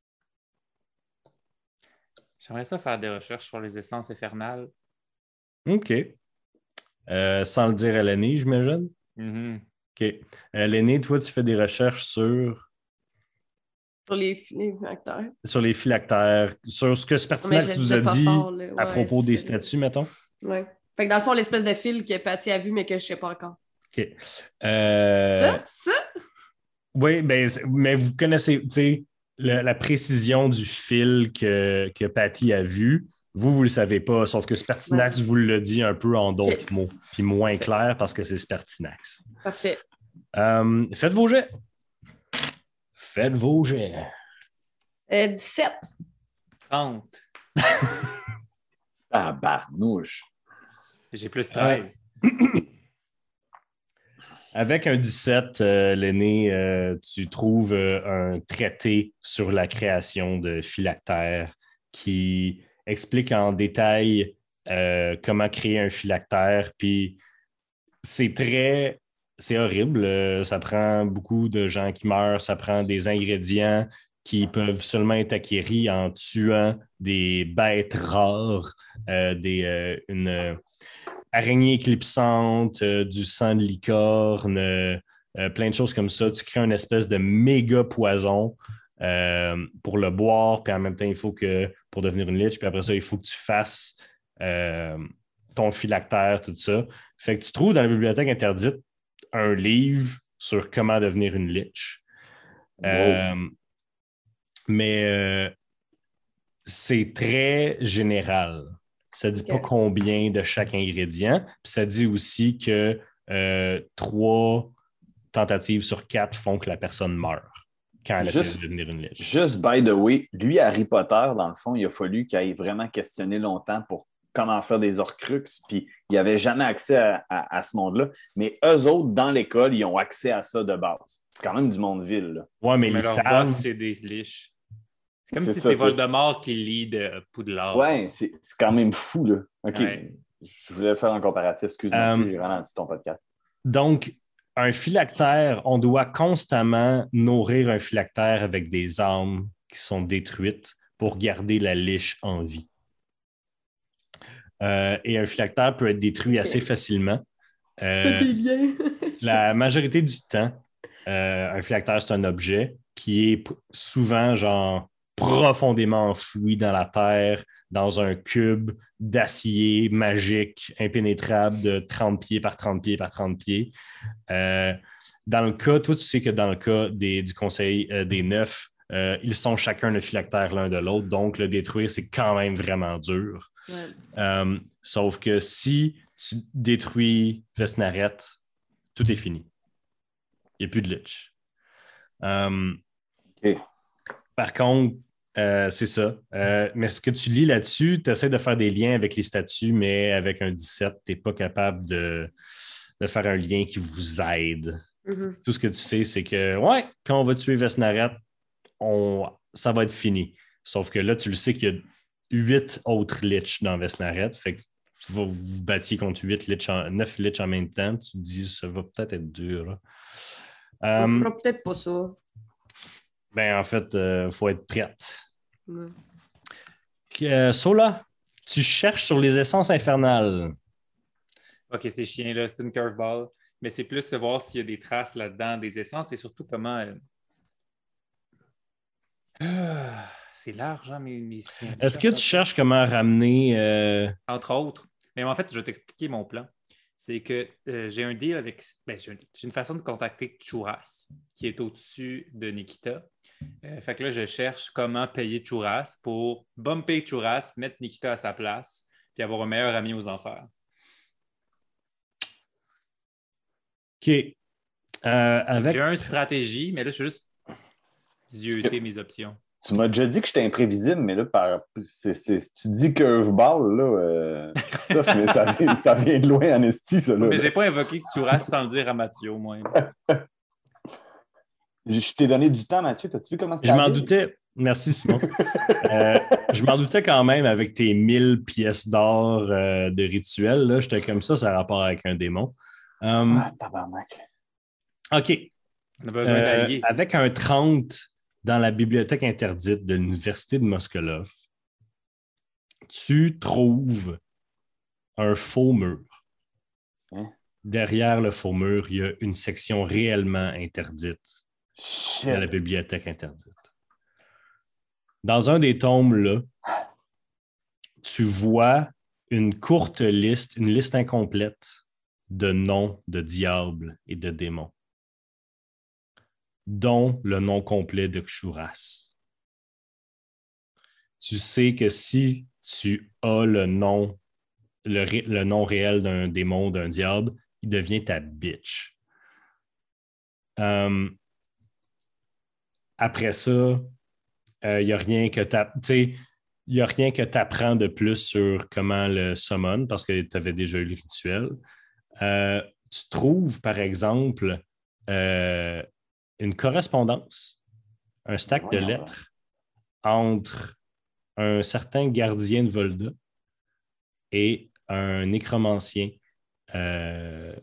Speaker 4: J'aimerais ça faire des recherches sur les essences infernales.
Speaker 3: OK. Sans le dire à l'aîné, j'imagine?
Speaker 4: Mm-hmm.
Speaker 3: OK. L'aîné, toi, tu fais des recherches sur
Speaker 2: les phylactères.
Speaker 3: Sur les phylactères, sur ce que Spartinax vous a dit à propos des statues, mettons?
Speaker 2: Oui. Fait que dans le fond, l'espèce de fil que Patty a vu, mais que je ne sais pas encore.
Speaker 3: OK.
Speaker 2: Ça?
Speaker 3: Oui, mais vous connaissez, tu sais, la précision du fil que Patty a vu. Vous ne le savez pas, sauf que Spartinax vous le dit un peu en d'autres mots, puis moins clair parce que c'est Spartinax.
Speaker 2: Parfait.
Speaker 3: Faites vos jets. Faites vos jets.
Speaker 2: 17.
Speaker 4: 30.
Speaker 1: Ah, barnouche.
Speaker 4: J'ai plus 13.
Speaker 3: Avec un 17, l'aîné, tu trouves un traité sur la création de phylactères qui explique en détail comment créer un phylactère. Puis c'est horrible. Ça prend beaucoup de gens qui meurent. Ça prend des ingrédients qui peuvent seulement être acquéris en tuant des bêtes rares, une araignée éclipsante, du sang de licorne, plein de choses comme ça. Tu crées une espèce de méga poison pour le boire, puis en même temps, il faut que, pour devenir une lich, puis après ça, il faut que tu fasses ton phylactère, tout ça. Fait que tu trouves dans la bibliothèque interdite un livre sur comment devenir une lich. Mais c'est très général. Ça ne dit pas combien de chaque ingrédient. Puis ça dit aussi que 3 tentatives sur 4 font que la personne meurt quand elle essaie de devenir une lich.
Speaker 1: Juste, by the way, lui, Harry Potter, dans le fond, il a fallu qu'il aille vraiment questionner longtemps pour comment faire des Horcruxes, puis il n'avait jamais accès à ce monde-là. Mais eux autres, dans l'école, ils ont accès à ça de base. C'est quand même du monde-ville.
Speaker 3: Oui, mais
Speaker 4: leur
Speaker 3: savent...
Speaker 4: boss, c'est des liches. C'est comme si c'est Voldemort qui lit de Poudlard.
Speaker 1: Ouais, c'est quand même fou, là. OK.
Speaker 4: Ouais.
Speaker 1: Je voulais faire un comparatif. Excuse-moi, j'ai ralenti ton podcast.
Speaker 3: Donc, un phylactère, on doit constamment nourrir un phylactère avec des armes qui sont détruites pour garder la liche en vie. Et un phylactère peut être détruit assez facilement. La majorité du temps, un phylactère, c'est un objet qui est souvent genre profondément enfoui dans la terre, dans un cube d'acier magique, impénétrable de 30 pieds par 30 pieds par 30 pieds. Dans le cas, toi, tu sais que dans le cas du Conseil des Neufs, ils sont chacun le phylactère l'un de l'autre, donc le détruire, c'est quand même vraiment dur. Ouais. Sauf que si tu détruis Vesnaret, tout est fini. Il n'y a plus de lich.
Speaker 1: Okay.
Speaker 3: Par contre, c'est ça. Mais ce que tu lis là-dessus, tu essaies de faire des liens avec les statuts, mais avec un 17, tu n'es pas capable de faire un lien qui vous aide. Mm-hmm. Tout ce que tu sais, c'est que quand on va tuer Vesnaret, ça va être fini. Sauf que là, tu le sais qu'il y a 8 autres lichs dans Vesnaret. Fait que vous battiez contre 9 lichs en même temps. Tu te dis, ça va peut-être être dur.
Speaker 2: On fera peut-être pas ça.
Speaker 3: Ben, en fait, il faut être prête. Sola, tu cherches sur les essences infernales.
Speaker 4: OK, ces chiens-là, c'est une curveball. Mais c'est plus de voir s'il y a des traces là-dedans, des essences et surtout comment... c'est large, hein, mes chiens.
Speaker 3: Est-ce que tu cherches comment ramener...
Speaker 4: Entre autres. Mais en fait, je vais t'expliquer mon plan. C'est que j'ai un deal avec... j'ai une façon de contacter Chouras, qui est au-dessus de Nikita. Fait que là, je cherche comment payer Chouras pour bumper Chouras, mettre Nikita à sa place, puis avoir un meilleur ami aux enfers.
Speaker 3: OK.
Speaker 4: J'ai une stratégie, mais là, je vais juste zioter mes options.
Speaker 1: Tu m'as déjà dit que j'étais imprévisible, mais là, tu dis curveball, là, Christophe, mais ça vient de loin en esti, ça. Là,
Speaker 4: mais j'ai pas invoqué Chouras sans le dire à Mathieu, au moins.
Speaker 1: Je t'ai donné du temps, Mathieu. T'as-tu vu comment c'était?
Speaker 3: Je m'en doutais. Merci, Simon. Je m'en doutais quand même avec tes 1000 pièces d'or de rituel. Là, j'étais comme ça a rapport avec un démon.
Speaker 1: Tabarnak.
Speaker 3: OK.
Speaker 4: On a besoin d'alliés.
Speaker 3: Avec un 30 dans la bibliothèque interdite de l'Université de Moskolov, tu trouves un faux mur.
Speaker 1: Hein?
Speaker 3: Derrière le faux mur, il y a une section réellement interdite dans la bibliothèque interdite. Dans un des tomes-là, tu vois une courte liste, une liste incomplète de noms de diables et de démons, dont le nom complet de Chouras. Tu sais que si tu as le nom réel d'un démon, d'un diable, il devient ta bitch. Après ça, il n'y a rien que tu apprends de plus sur comment le summon, parce que tu avais déjà eu le rituel. Tu trouves, par exemple, une correspondance, un stack de lettres entre un certain gardien de Volda et un nécromancien, un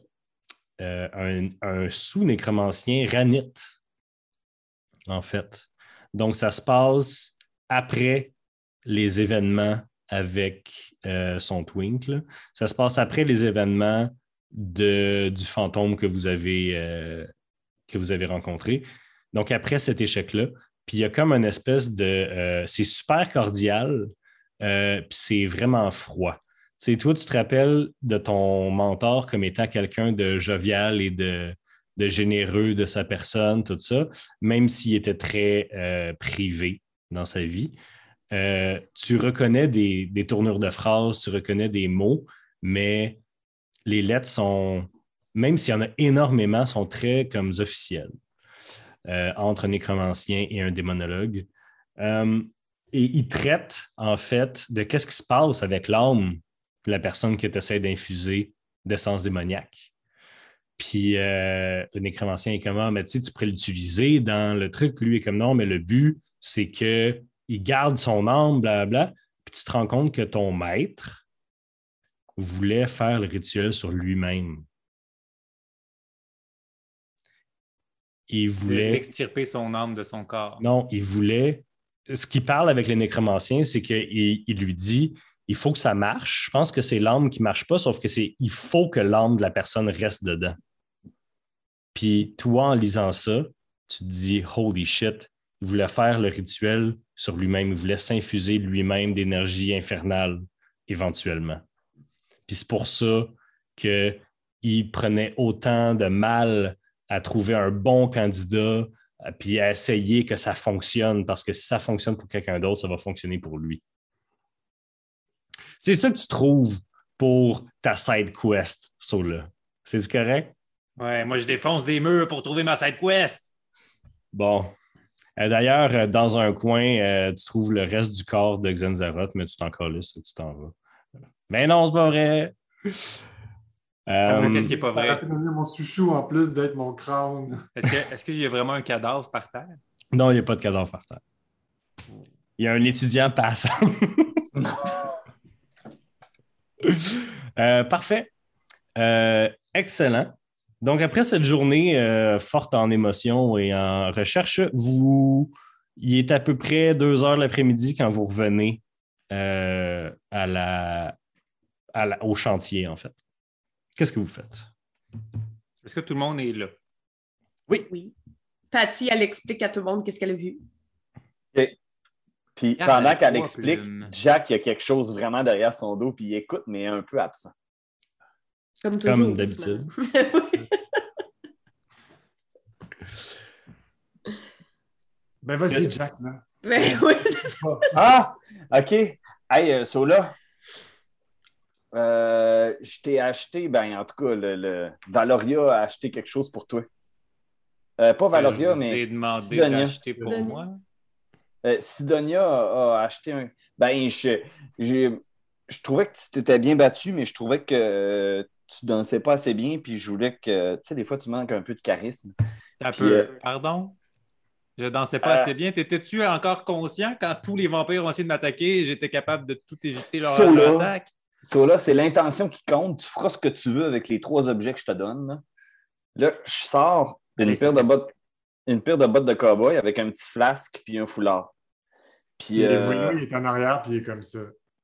Speaker 3: sous-nécromancien Ranit, en fait. Donc, ça se passe après les événements avec son twink. Là. Ça se passe après les événements du fantôme que vous avez rencontré. Donc, après cet échec-là, puis il y a comme une espèce de... c'est super cordial, puis c'est vraiment froid. Tu sais, toi, tu te rappelles de ton mentor comme étant quelqu'un de jovial et de généreux de sa personne, tout ça, même s'il était très privé dans sa vie. Tu reconnais des tournures de phrases, tu reconnais des mots, mais les lettres sont, même s'il y en a énormément, sont très comme officielles entre un nécromancien et un démonologue. Et ils traitent, en fait, de qu'est-ce qui se passe avec l'âme de la personne que tu essaies d'infuser d'essence démoniaque. Puis le nécromancien est comme, mais tu pourrais l'utiliser dans le truc. Lui est comme, non, mais le but, c'est qu'il garde son âme, blablabla. Puis tu te rends compte que ton maître voulait faire le rituel sur lui-même. Il voulait
Speaker 4: extirper son âme de son corps.
Speaker 3: Non, il voulait. Ce qu'il parle avec les nécromanciens, c'est qu'il lui dit il faut que ça marche. Je pense que c'est l'âme qui ne marche pas, sauf que il faut que l'âme de la personne reste dedans. Puis toi, en lisant ça, tu te dis holy shit, il voulait faire le rituel sur lui-même, il voulait s'infuser lui-même d'énergie infernale éventuellement. Puis c'est pour ça qu'il prenait autant de mal à trouver un bon candidat, puis à essayer que ça fonctionne, parce que si ça fonctionne pour quelqu'un d'autre, ça va fonctionner pour lui. C'est ça que tu trouves pour ta side quest, Sola. C'est correct?
Speaker 4: Ouais, moi, je défonce des murs pour trouver ma side quest.
Speaker 3: Bon. D'ailleurs, dans un coin, tu trouves le reste du corps de Xenzaroth, mais tu t'en calisses, tu t'en vas. Mais non, c'est pas vrai.
Speaker 4: Qu'est-ce qui n'est pas vrai?
Speaker 5: Ça aurait pu devenir mon chouchou en plus d'être mon crâne.
Speaker 4: Est-ce qu'il y a vraiment un cadavre par terre?
Speaker 3: Non, il n'y a pas de cadavre par terre. Il y a un étudiant passant. Parfait. Excellent. Donc, après cette journée forte en émotions et en recherche, il est à peu près 2 heures l'après-midi quand vous revenez au chantier, en fait. Qu'est-ce que vous faites?
Speaker 4: Est-ce que tout le monde est là?
Speaker 2: Oui. Patty, elle explique à tout le monde qu'est-ce qu'elle a vu.
Speaker 1: Okay. Puis pendant qu'elle explique, Jack, il y a quelque chose vraiment derrière son dos, puis il écoute, mais il est un peu absent.
Speaker 2: Comme toujours.
Speaker 3: Comme d'habitude.
Speaker 5: Ben vas-y, Jack, là.
Speaker 2: Ben oui, c'est ça.
Speaker 1: Ah! OK. Hey, Sola. Je t'ai acheté, ben en tout cas, le Valoria a acheté quelque chose pour toi. Pas Valoria, mais.
Speaker 4: Je vous ai demandé
Speaker 1: Sidonia.
Speaker 4: d'acheter pour moi.
Speaker 1: Sidonia a acheté un. Ben, je trouvais que tu t'étais bien battu, mais je trouvais que tu dansais pas assez bien, puis je voulais que. Tu sais, des fois, tu manques un peu de charisme.
Speaker 4: Pardon? Je dansais pas assez bien. T'étais-tu encore conscient quand tous les vampires ont essayé de m'attaquer et j'étais capable de tout éviter leur attaque?
Speaker 1: Là, c'est l'intention qui compte. Tu feras ce que tu veux avec les 3 objets que je te donne. Là, je sors une paire de bottes de cow-boy avec un petit flasque puis un foulard. Puis,
Speaker 5: Willow, il est en arrière puis il est comme ça.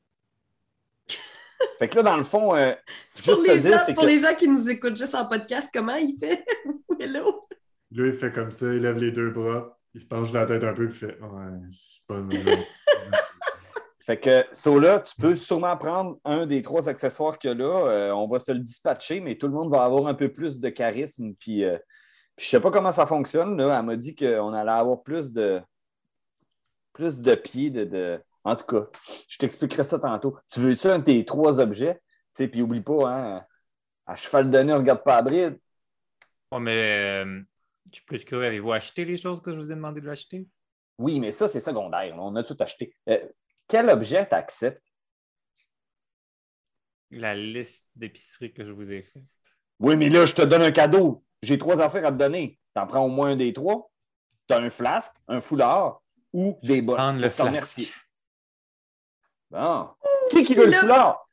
Speaker 1: Fait que là, dans le fond,
Speaker 2: pour les gens qui nous écoutent juste en podcast, comment il fait? Willow?
Speaker 5: Là, il fait comme ça, il lève les 2 bras, il se penche la tête un peu, puis il fait ouais, c'est pas une
Speaker 1: Fait que, Sola, tu peux sûrement prendre un des 3 accessoires qu'il y a là. On va se le dispatcher, mais tout le monde va avoir un peu plus de charisme. Puis je sais pas comment ça fonctionne. Là. Elle m'a dit qu'on allait avoir plus de pieds. En tout cas, je t'expliquerai ça tantôt. Tu veux-tu un de tes 3 objets? Puis oublie pas, hein, à cheval donné, on ne regarde pas à bride.
Speaker 4: Oh, mais je suis plus curieux. Avez-vous acheté les choses que je vous ai demandé d'acheter?
Speaker 1: Oui, mais ça, c'est secondaire. On a tout acheté. Quel objet tu acceptes?
Speaker 4: La liste d'épicerie que je vous ai faite.
Speaker 1: Oui, mais là, je te donne un cadeau. J'ai 3 affaires à te donner. Tu en prends au moins un des 3. Tu as un flasque, un foulard ou des bottes.
Speaker 4: Prendre le flasque.
Speaker 1: Bon. Qui veut le foulard?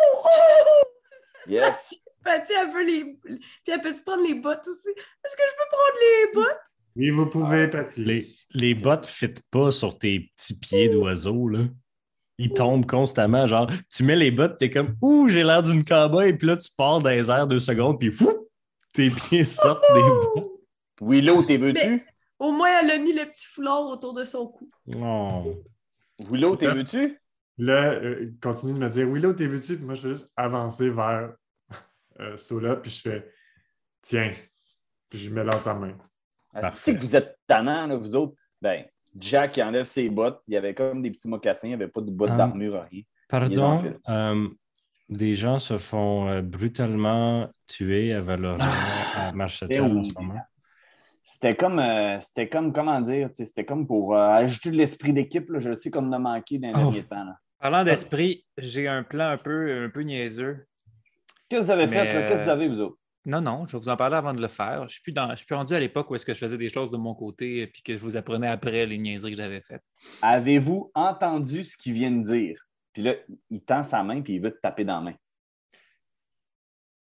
Speaker 1: Yes.
Speaker 2: Patty, elle veut les... Puis elle peut-tu prendre les bottes aussi? Est-ce que je peux prendre les bottes?
Speaker 5: Oui, vous pouvez, Patty.
Speaker 3: Les bottes ne fitent pas sur tes petits pieds d'oiseau, là. Ils tombent constamment. Genre, tu mets les bottes, t'es comme « Ouh, j'ai l'air d'une cowboy », puis là, tu pars dans les airs 2 secondes, puis fou, tes pieds sortent des bottes.
Speaker 1: Willow, t'es veux-tu?
Speaker 2: Mais au moins, elle a mis le petit foulard autour de son cou.
Speaker 3: Oh.
Speaker 1: Willow, t'es veux-tu?
Speaker 5: Là, il continue de me dire « Willow, t'es veux-tu? » Puis moi, je fais juste avancer vers Sola, puis je fais « Tiens. » Puis je me lance sa main.
Speaker 1: Si vous êtes tannants, là, vous autres, ben, Jack, il enlève ses bottes. Il y avait comme des petits mocassins. Il n'y avait pas de bottes d'armure, rien.
Speaker 3: Pardon, des gens se font brutalement tuer à Valoria, à Marchetel en ce moment.
Speaker 1: C'était comme, comment dire, c'était comme pour ajouter de l'esprit d'équipe. Là, je le sais qu'on en a manqué dans les derniers temps. Là.
Speaker 4: Parlant d'esprit, j'ai un plan un peu niaiseux.
Speaker 1: Qu'est-ce que vous avez fait? Qu'est-ce que vous avez, vous autres?
Speaker 4: Non, je vais vous en parler avant de le faire. Je suis plus rendu à l'époque où est-ce que je faisais des choses de mon côté et que je vous apprenais après les niaiseries que j'avais faites.
Speaker 1: Avez-vous entendu ce qu'il vient de dire? Puis là, il tend sa main puis il veut te taper dans la main.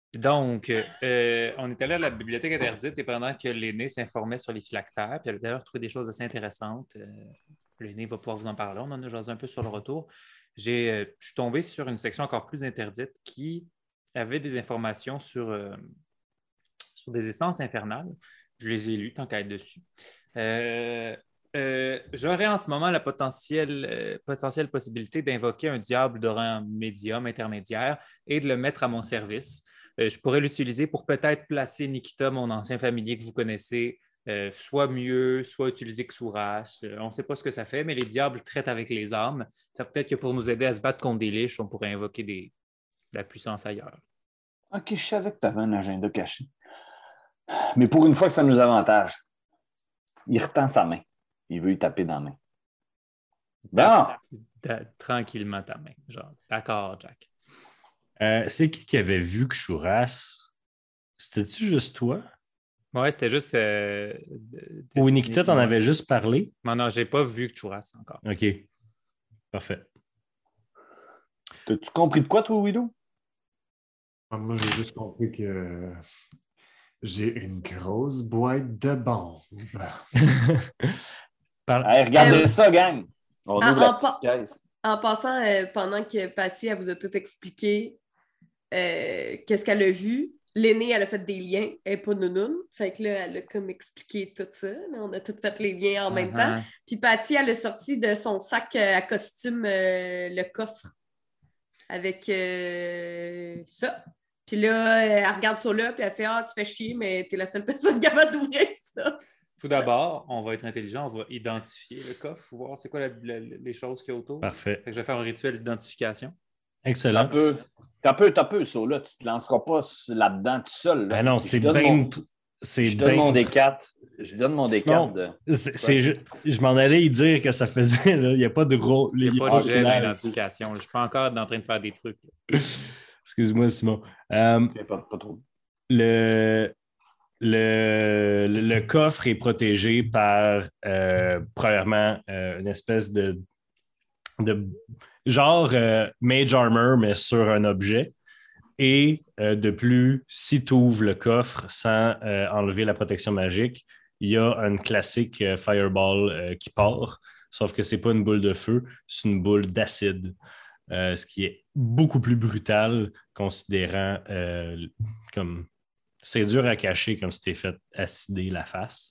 Speaker 4: Donc, on est allé à la bibliothèque interdite et pendant que l'aîné s'informait sur les phylactères, puis elle a d'ailleurs trouvé des choses assez intéressantes, l'aîné va pouvoir vous en parler, on en a jasé un peu sur le retour. Je suis tombé sur une section encore plus interdite qui avait des informations sur des essences infernales. Je les ai lues tant qu'à être dessus. J'aurais en ce moment la potentielle possibilité d'invoquer un diable de rang médium intermédiaire et de le mettre à mon service. Je pourrais l'utiliser pour peut-être placer Nikita, mon ancien familier que vous connaissez, soit mieux, soit utiliser Xouras. On ne sait pas ce que ça fait, mais les diables traitent avec les âmes. Ça peut-être que pour nous aider à se battre contre des liches, on pourrait invoquer de la puissance ailleurs.
Speaker 1: OK, je savais que tu avais un agenda caché. Mais pour une fois que ça nous avantage, il retend sa main. Il veut y taper dans la main. Bon!
Speaker 4: Tranquillement ta main. Genre, d'accord, Jack.
Speaker 3: C'est qui avait vu que Chouras? C'était-tu juste toi?
Speaker 4: Ouais, c'était juste.
Speaker 3: Ou Nikita t'en avait juste parlé?
Speaker 4: Non, j'ai pas vu que Chouras encore.
Speaker 3: OK. Parfait.
Speaker 1: T'as-tu compris de quoi, toi, Widow?
Speaker 5: Moi, j'ai juste compris que j'ai une grosse boîte de bombes.
Speaker 1: Hey, regardez ça, gang! On ouvre la petite caisse.
Speaker 2: En passant, pendant que Patty, elle vous a tout expliqué qu'est-ce qu'elle a vu, l'aînée, elle a fait des liens, elle n'est pas nounoune. Fait que là, elle a comme expliqué tout ça. Là, on a tout fait les liens en même temps. Puis Patty, elle a sorti de son sac à costume le coffre avec ça. Puis là, elle regarde ça là, puis elle fait « Ah, tu fais chier, mais t'es la seule personne capable d'ouvrir ça. »
Speaker 4: Tout d'abord, on va être intelligent, on va identifier le coffre, voir c'est quoi les choses qu'il y a autour.
Speaker 3: Parfait.
Speaker 4: Fait que je vais faire un rituel d'identification.
Speaker 3: Excellent.
Speaker 1: T'as peu, ça, là. Tu te lanceras pas là-dedans tout seul. Là.
Speaker 3: Ah non, c'est bien...
Speaker 1: Je donne mon D4. Je donne mon D4.
Speaker 3: Je m'en allais y dire que ça faisait... Là, il n'y a pas de gros...
Speaker 4: Il n'y a pas de jet d'identification. Je suis pas encore en train de faire des trucs.
Speaker 3: Excuse-moi, Simon.
Speaker 1: Pas trop.
Speaker 3: Le coffre est protégé par, premièrement, une espèce de genre Mage Armor, mais sur un objet. Et de plus, si tu ouvres le coffre sans enlever la protection magique, il y a une classique Fireball qui part, sauf que ce n'est pas une boule de feu, c'est une boule d'acide. Ce qui est beaucoup plus brutal, considérant comme c'est dur à cacher comme si tu t'es fait acider la face.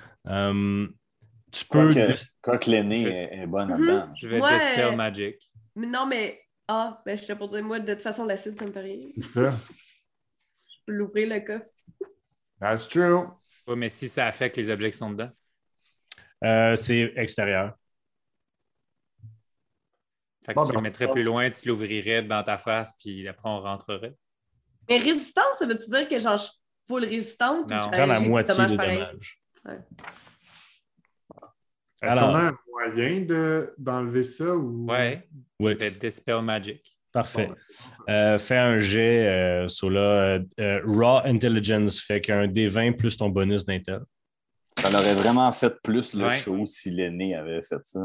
Speaker 3: Tu peux.
Speaker 1: Quoi que l'aîné est bonne là-dedans.
Speaker 4: Je vais Dispel Magic.
Speaker 2: Mais non, mais. Je suis là pour dire, moi, de toute façon, l'acide, ça me fait rien.
Speaker 5: C'est ça.
Speaker 2: Je peux l'ouvrir le coffre.
Speaker 5: That's true.
Speaker 4: Oui, mais si ça affecte les objets qui sont dedans.
Speaker 3: C'est extérieur.
Speaker 4: Fait que tu le mettrais plus loin, tu l'ouvrirais dans ta face, puis après, on rentrerait.
Speaker 2: Mais résistance, ça veut-tu dire que genre, je suis full résistante?
Speaker 3: Non, tu prends la moitié de dommages.
Speaker 2: Ouais.
Speaker 5: Est-ce qu'on a un moyen d'enlever ça? Ou...
Speaker 4: Ouais.
Speaker 3: Oui.
Speaker 4: Je vais Dispel Magic.
Speaker 3: Parfait. Fais un jet sur là. Raw Intelligence fait qu'un D20 plus ton bonus d'intel.
Speaker 1: Ça l'aurait vraiment fait plus le show si l'aîné avait fait ça.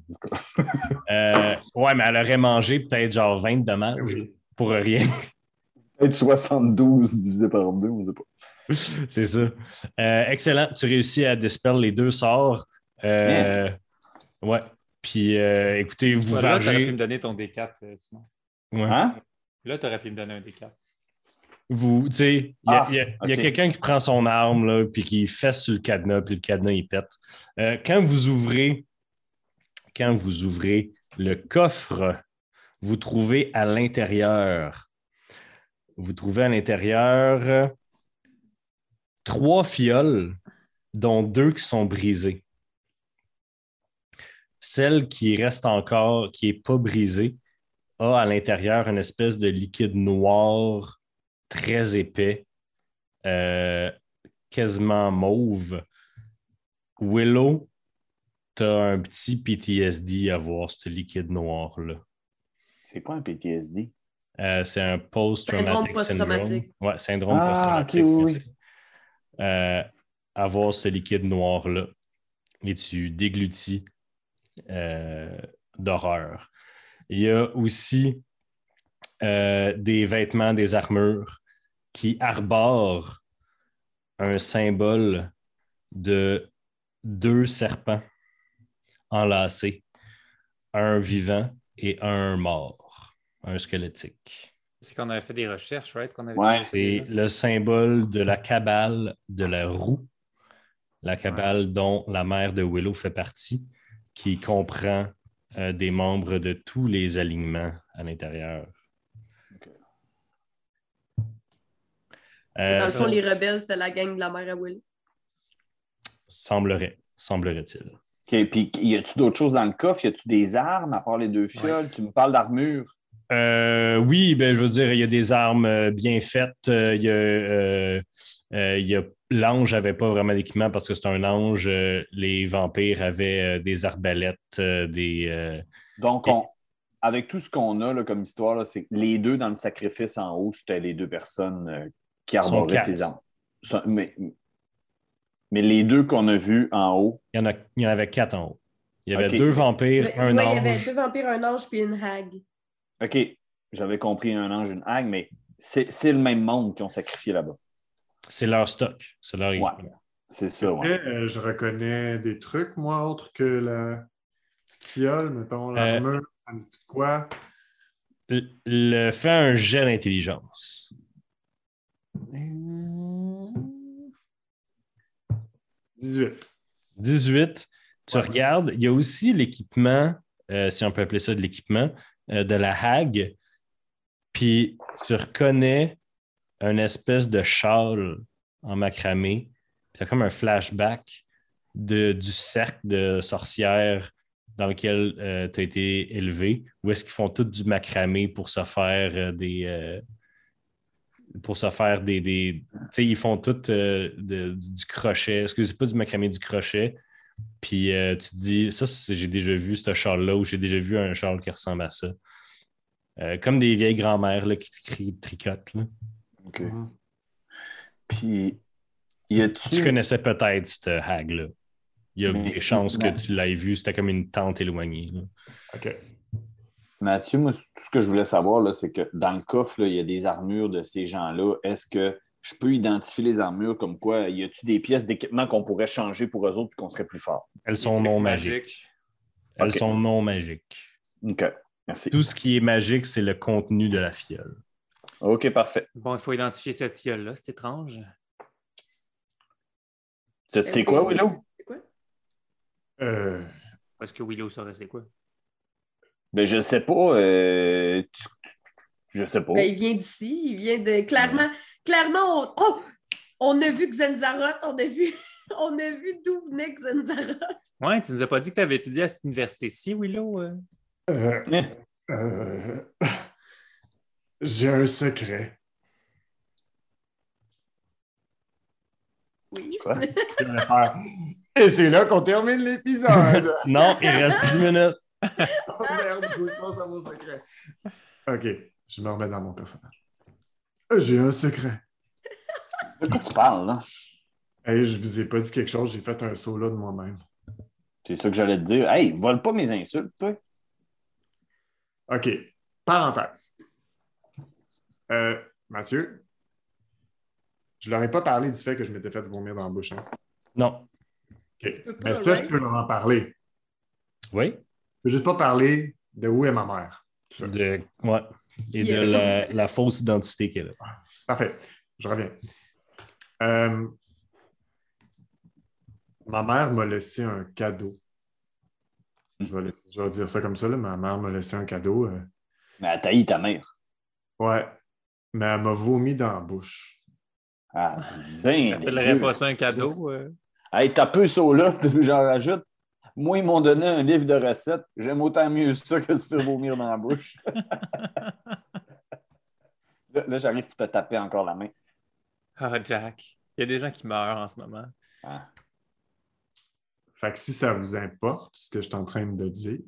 Speaker 3: Ouais, mais elle aurait mangé peut-être genre 20 dommages pour rien.
Speaker 1: Peut-être 72 divisé par 2, on ne sait pas.
Speaker 3: C'est ça. Excellent. Tu réussis à dispel les deux sorts. Ouais. Puis, écoutez, vous
Speaker 4: vargez... Là, tu aurais pu me donner ton D4, Simon.
Speaker 3: Ouais.
Speaker 1: Hein?
Speaker 4: Là, tu aurais pu me donner un D4.
Speaker 3: Tu sais, il y a quelqu'un qui prend son arme là, puis qui fesse sur le cadenas, puis le cadenas, il pète. Quand vous ouvrez le coffre, vous trouvez à l'intérieur 3 fioles, dont 2 qui sont brisées. Celle qui reste encore, qui n'est pas brisée, a à l'intérieur une espèce de liquide noir très épais, quasiment mauve. Willow, tu as un petit PTSD à voir ce liquide noir-là.
Speaker 1: C'est quoi un PTSD?
Speaker 3: C'est un post-traumatic syndrome. Ouais, syndrome post-traumatique.
Speaker 1: Oui.
Speaker 3: À voir ce liquide noir-là. Et tu déglutis d'horreur. Il y a aussi des vêtements, des armures qui arbore un symbole de 2 serpents enlacés, un vivant et un mort, un squelettique.
Speaker 4: C'est qu'on avait fait des recherches, right? Qu'on avait
Speaker 1: Ouais.
Speaker 3: C'est le symbole de la cabale de la roue, la cabale dont la mère de Willow fait partie, qui comprend des membres de tous les alignements à l'intérieur.
Speaker 1: Okay.
Speaker 2: Dans le fond, les rebelles, c'était la gang de la mère à Will.
Speaker 3: Semblerait-il.
Speaker 1: OK, puis y a-tu d'autres choses dans le coffre? Y a-tu des armes à part les 2 fioles? Ouais. Tu me parles d'armure?
Speaker 3: Oui, ben, je veux dire, il y a des armes bien faites. Il y a l'ange n'avait pas vraiment d'équipement parce que c'est un ange. Les vampires avaient des arbalètes,
Speaker 1: Donc, avec tout ce qu'on a là, comme histoire, là, c'est que les 2 dans le sacrifice en haut, c'était les 2 personnes qui arboraient ces armes. Mais les 2 qu'on a vus en haut...
Speaker 3: Il y en avait 4 en haut. Il y avait 2 vampires, un ange.
Speaker 2: Il y avait 2 vampires, un ange puis une hague.
Speaker 1: OK, j'avais compris un ange, une hague, mais c'est le même monde qui ont sacrifié là-bas.
Speaker 3: C'est leur stock, c'est leur équipement.
Speaker 1: Ouais, c'est ça, ouais.
Speaker 5: Je reconnais des trucs, moi, autres que la petite fiole, mettons, l'armure, ça me dit de quoi?
Speaker 3: Fais un jet d'intelligence. 18. Tu regardes, il y a aussi l'équipement, si on peut appeler ça de l'équipement, de la hague. Puis tu reconnais une espèce de châle en macramé. Tu as comme un flashback du cercle de sorcières dans lequel tu as été élevé, où est-ce qu'ils font tout du macramé pour se faire des... tu sais, ils font tout du crochet. Excusez, pas du macramé, du crochet. Puis tu te dis, ça, j'ai déjà vu ce châle-là, ou j'ai déjà vu un châle qui ressemble à ça. Comme des vieilles grand-mères là, qui tricotent. Là.
Speaker 1: OK. Puis, y a-tu...
Speaker 3: Tu connaissais peut-être cette hague-là. Il y a des chances que tu l'aies vue. C'était comme une tante éloignée. Là.
Speaker 5: OK.
Speaker 1: Mathieu, moi, tout ce que je voulais savoir, là, c'est que dans le coffre, il y a des armures de ces gens-là. Est-ce que je peux identifier les armures comme quoi? Y a-tu des pièces d'équipement qu'on pourrait changer pour eux autres et qu'on serait plus fort?
Speaker 3: Elles sont non magiques. Elles sont non magiques.
Speaker 1: OK. Merci.
Speaker 3: Tout ce qui est magique, c'est le contenu de la fiole.
Speaker 1: OK, parfait.
Speaker 4: Bon, il faut identifier cette fiole-là. C'est étrange.
Speaker 1: C'est quoi, Willow?
Speaker 2: C'est quoi?
Speaker 4: Est-ce que Willow saurait c'est quoi?
Speaker 1: Ben, je sais pas. Je sais pas.
Speaker 2: Ben, il vient d'ici. Il vient de... Clairement, on a vu Xenzaroth. On a vu d'où venait Xenzaroth.
Speaker 4: Ouais, tu nous as pas dit que tu avais étudié à cette université-ci, Willow?
Speaker 5: J'ai un secret.
Speaker 2: Oui.
Speaker 1: Quoi?
Speaker 5: Et c'est là qu'on termine l'épisode.
Speaker 3: Non, il reste 10 minutes.
Speaker 5: Oh merde, je pense à mon secret. OK, je me remets dans mon personnage. J'ai un secret.
Speaker 1: De quoi tu parles, là?
Speaker 5: Hey, je vous ai pas dit quelque chose, j'ai fait un saut là de moi-même.
Speaker 1: C'est ça que j'allais te dire. Hey, vole pas mes insultes, toi.
Speaker 5: OK, parenthèse. Mathieu, je leur ai pas parlé du fait que je m'étais fait vomir dans la bouche. Hein?
Speaker 3: Non.
Speaker 5: OK, mais ça, je peux leur en parler.
Speaker 3: Oui?
Speaker 5: Je peux juste pas parler de où est ma mère.
Speaker 3: Ouais. Et de la fausse identité qu'elle a.
Speaker 5: Parfait. Je reviens. Ma mère m'a laissé un cadeau. Je vais dire ça comme ça. Là. Ma mère m'a laissé un cadeau.
Speaker 1: Mais elle taillit ta mère.
Speaker 5: Ouais. Mais elle m'a vomi dans la bouche.
Speaker 1: Ah, c'est
Speaker 4: t'appellerais pas ça un cadeau?
Speaker 1: Hey, t'as peu ça là, j'en rajoute. Moi, ils m'ont donné un livre de recettes. J'aime autant mieux ça que de se faire vomir dans la bouche. Là, j'arrive pour te taper encore la main.
Speaker 4: Ah, Jack. Il y a des gens qui meurent en ce moment.
Speaker 1: Ah.
Speaker 5: Fait que si ça vous importe, ce que je suis en train de dire,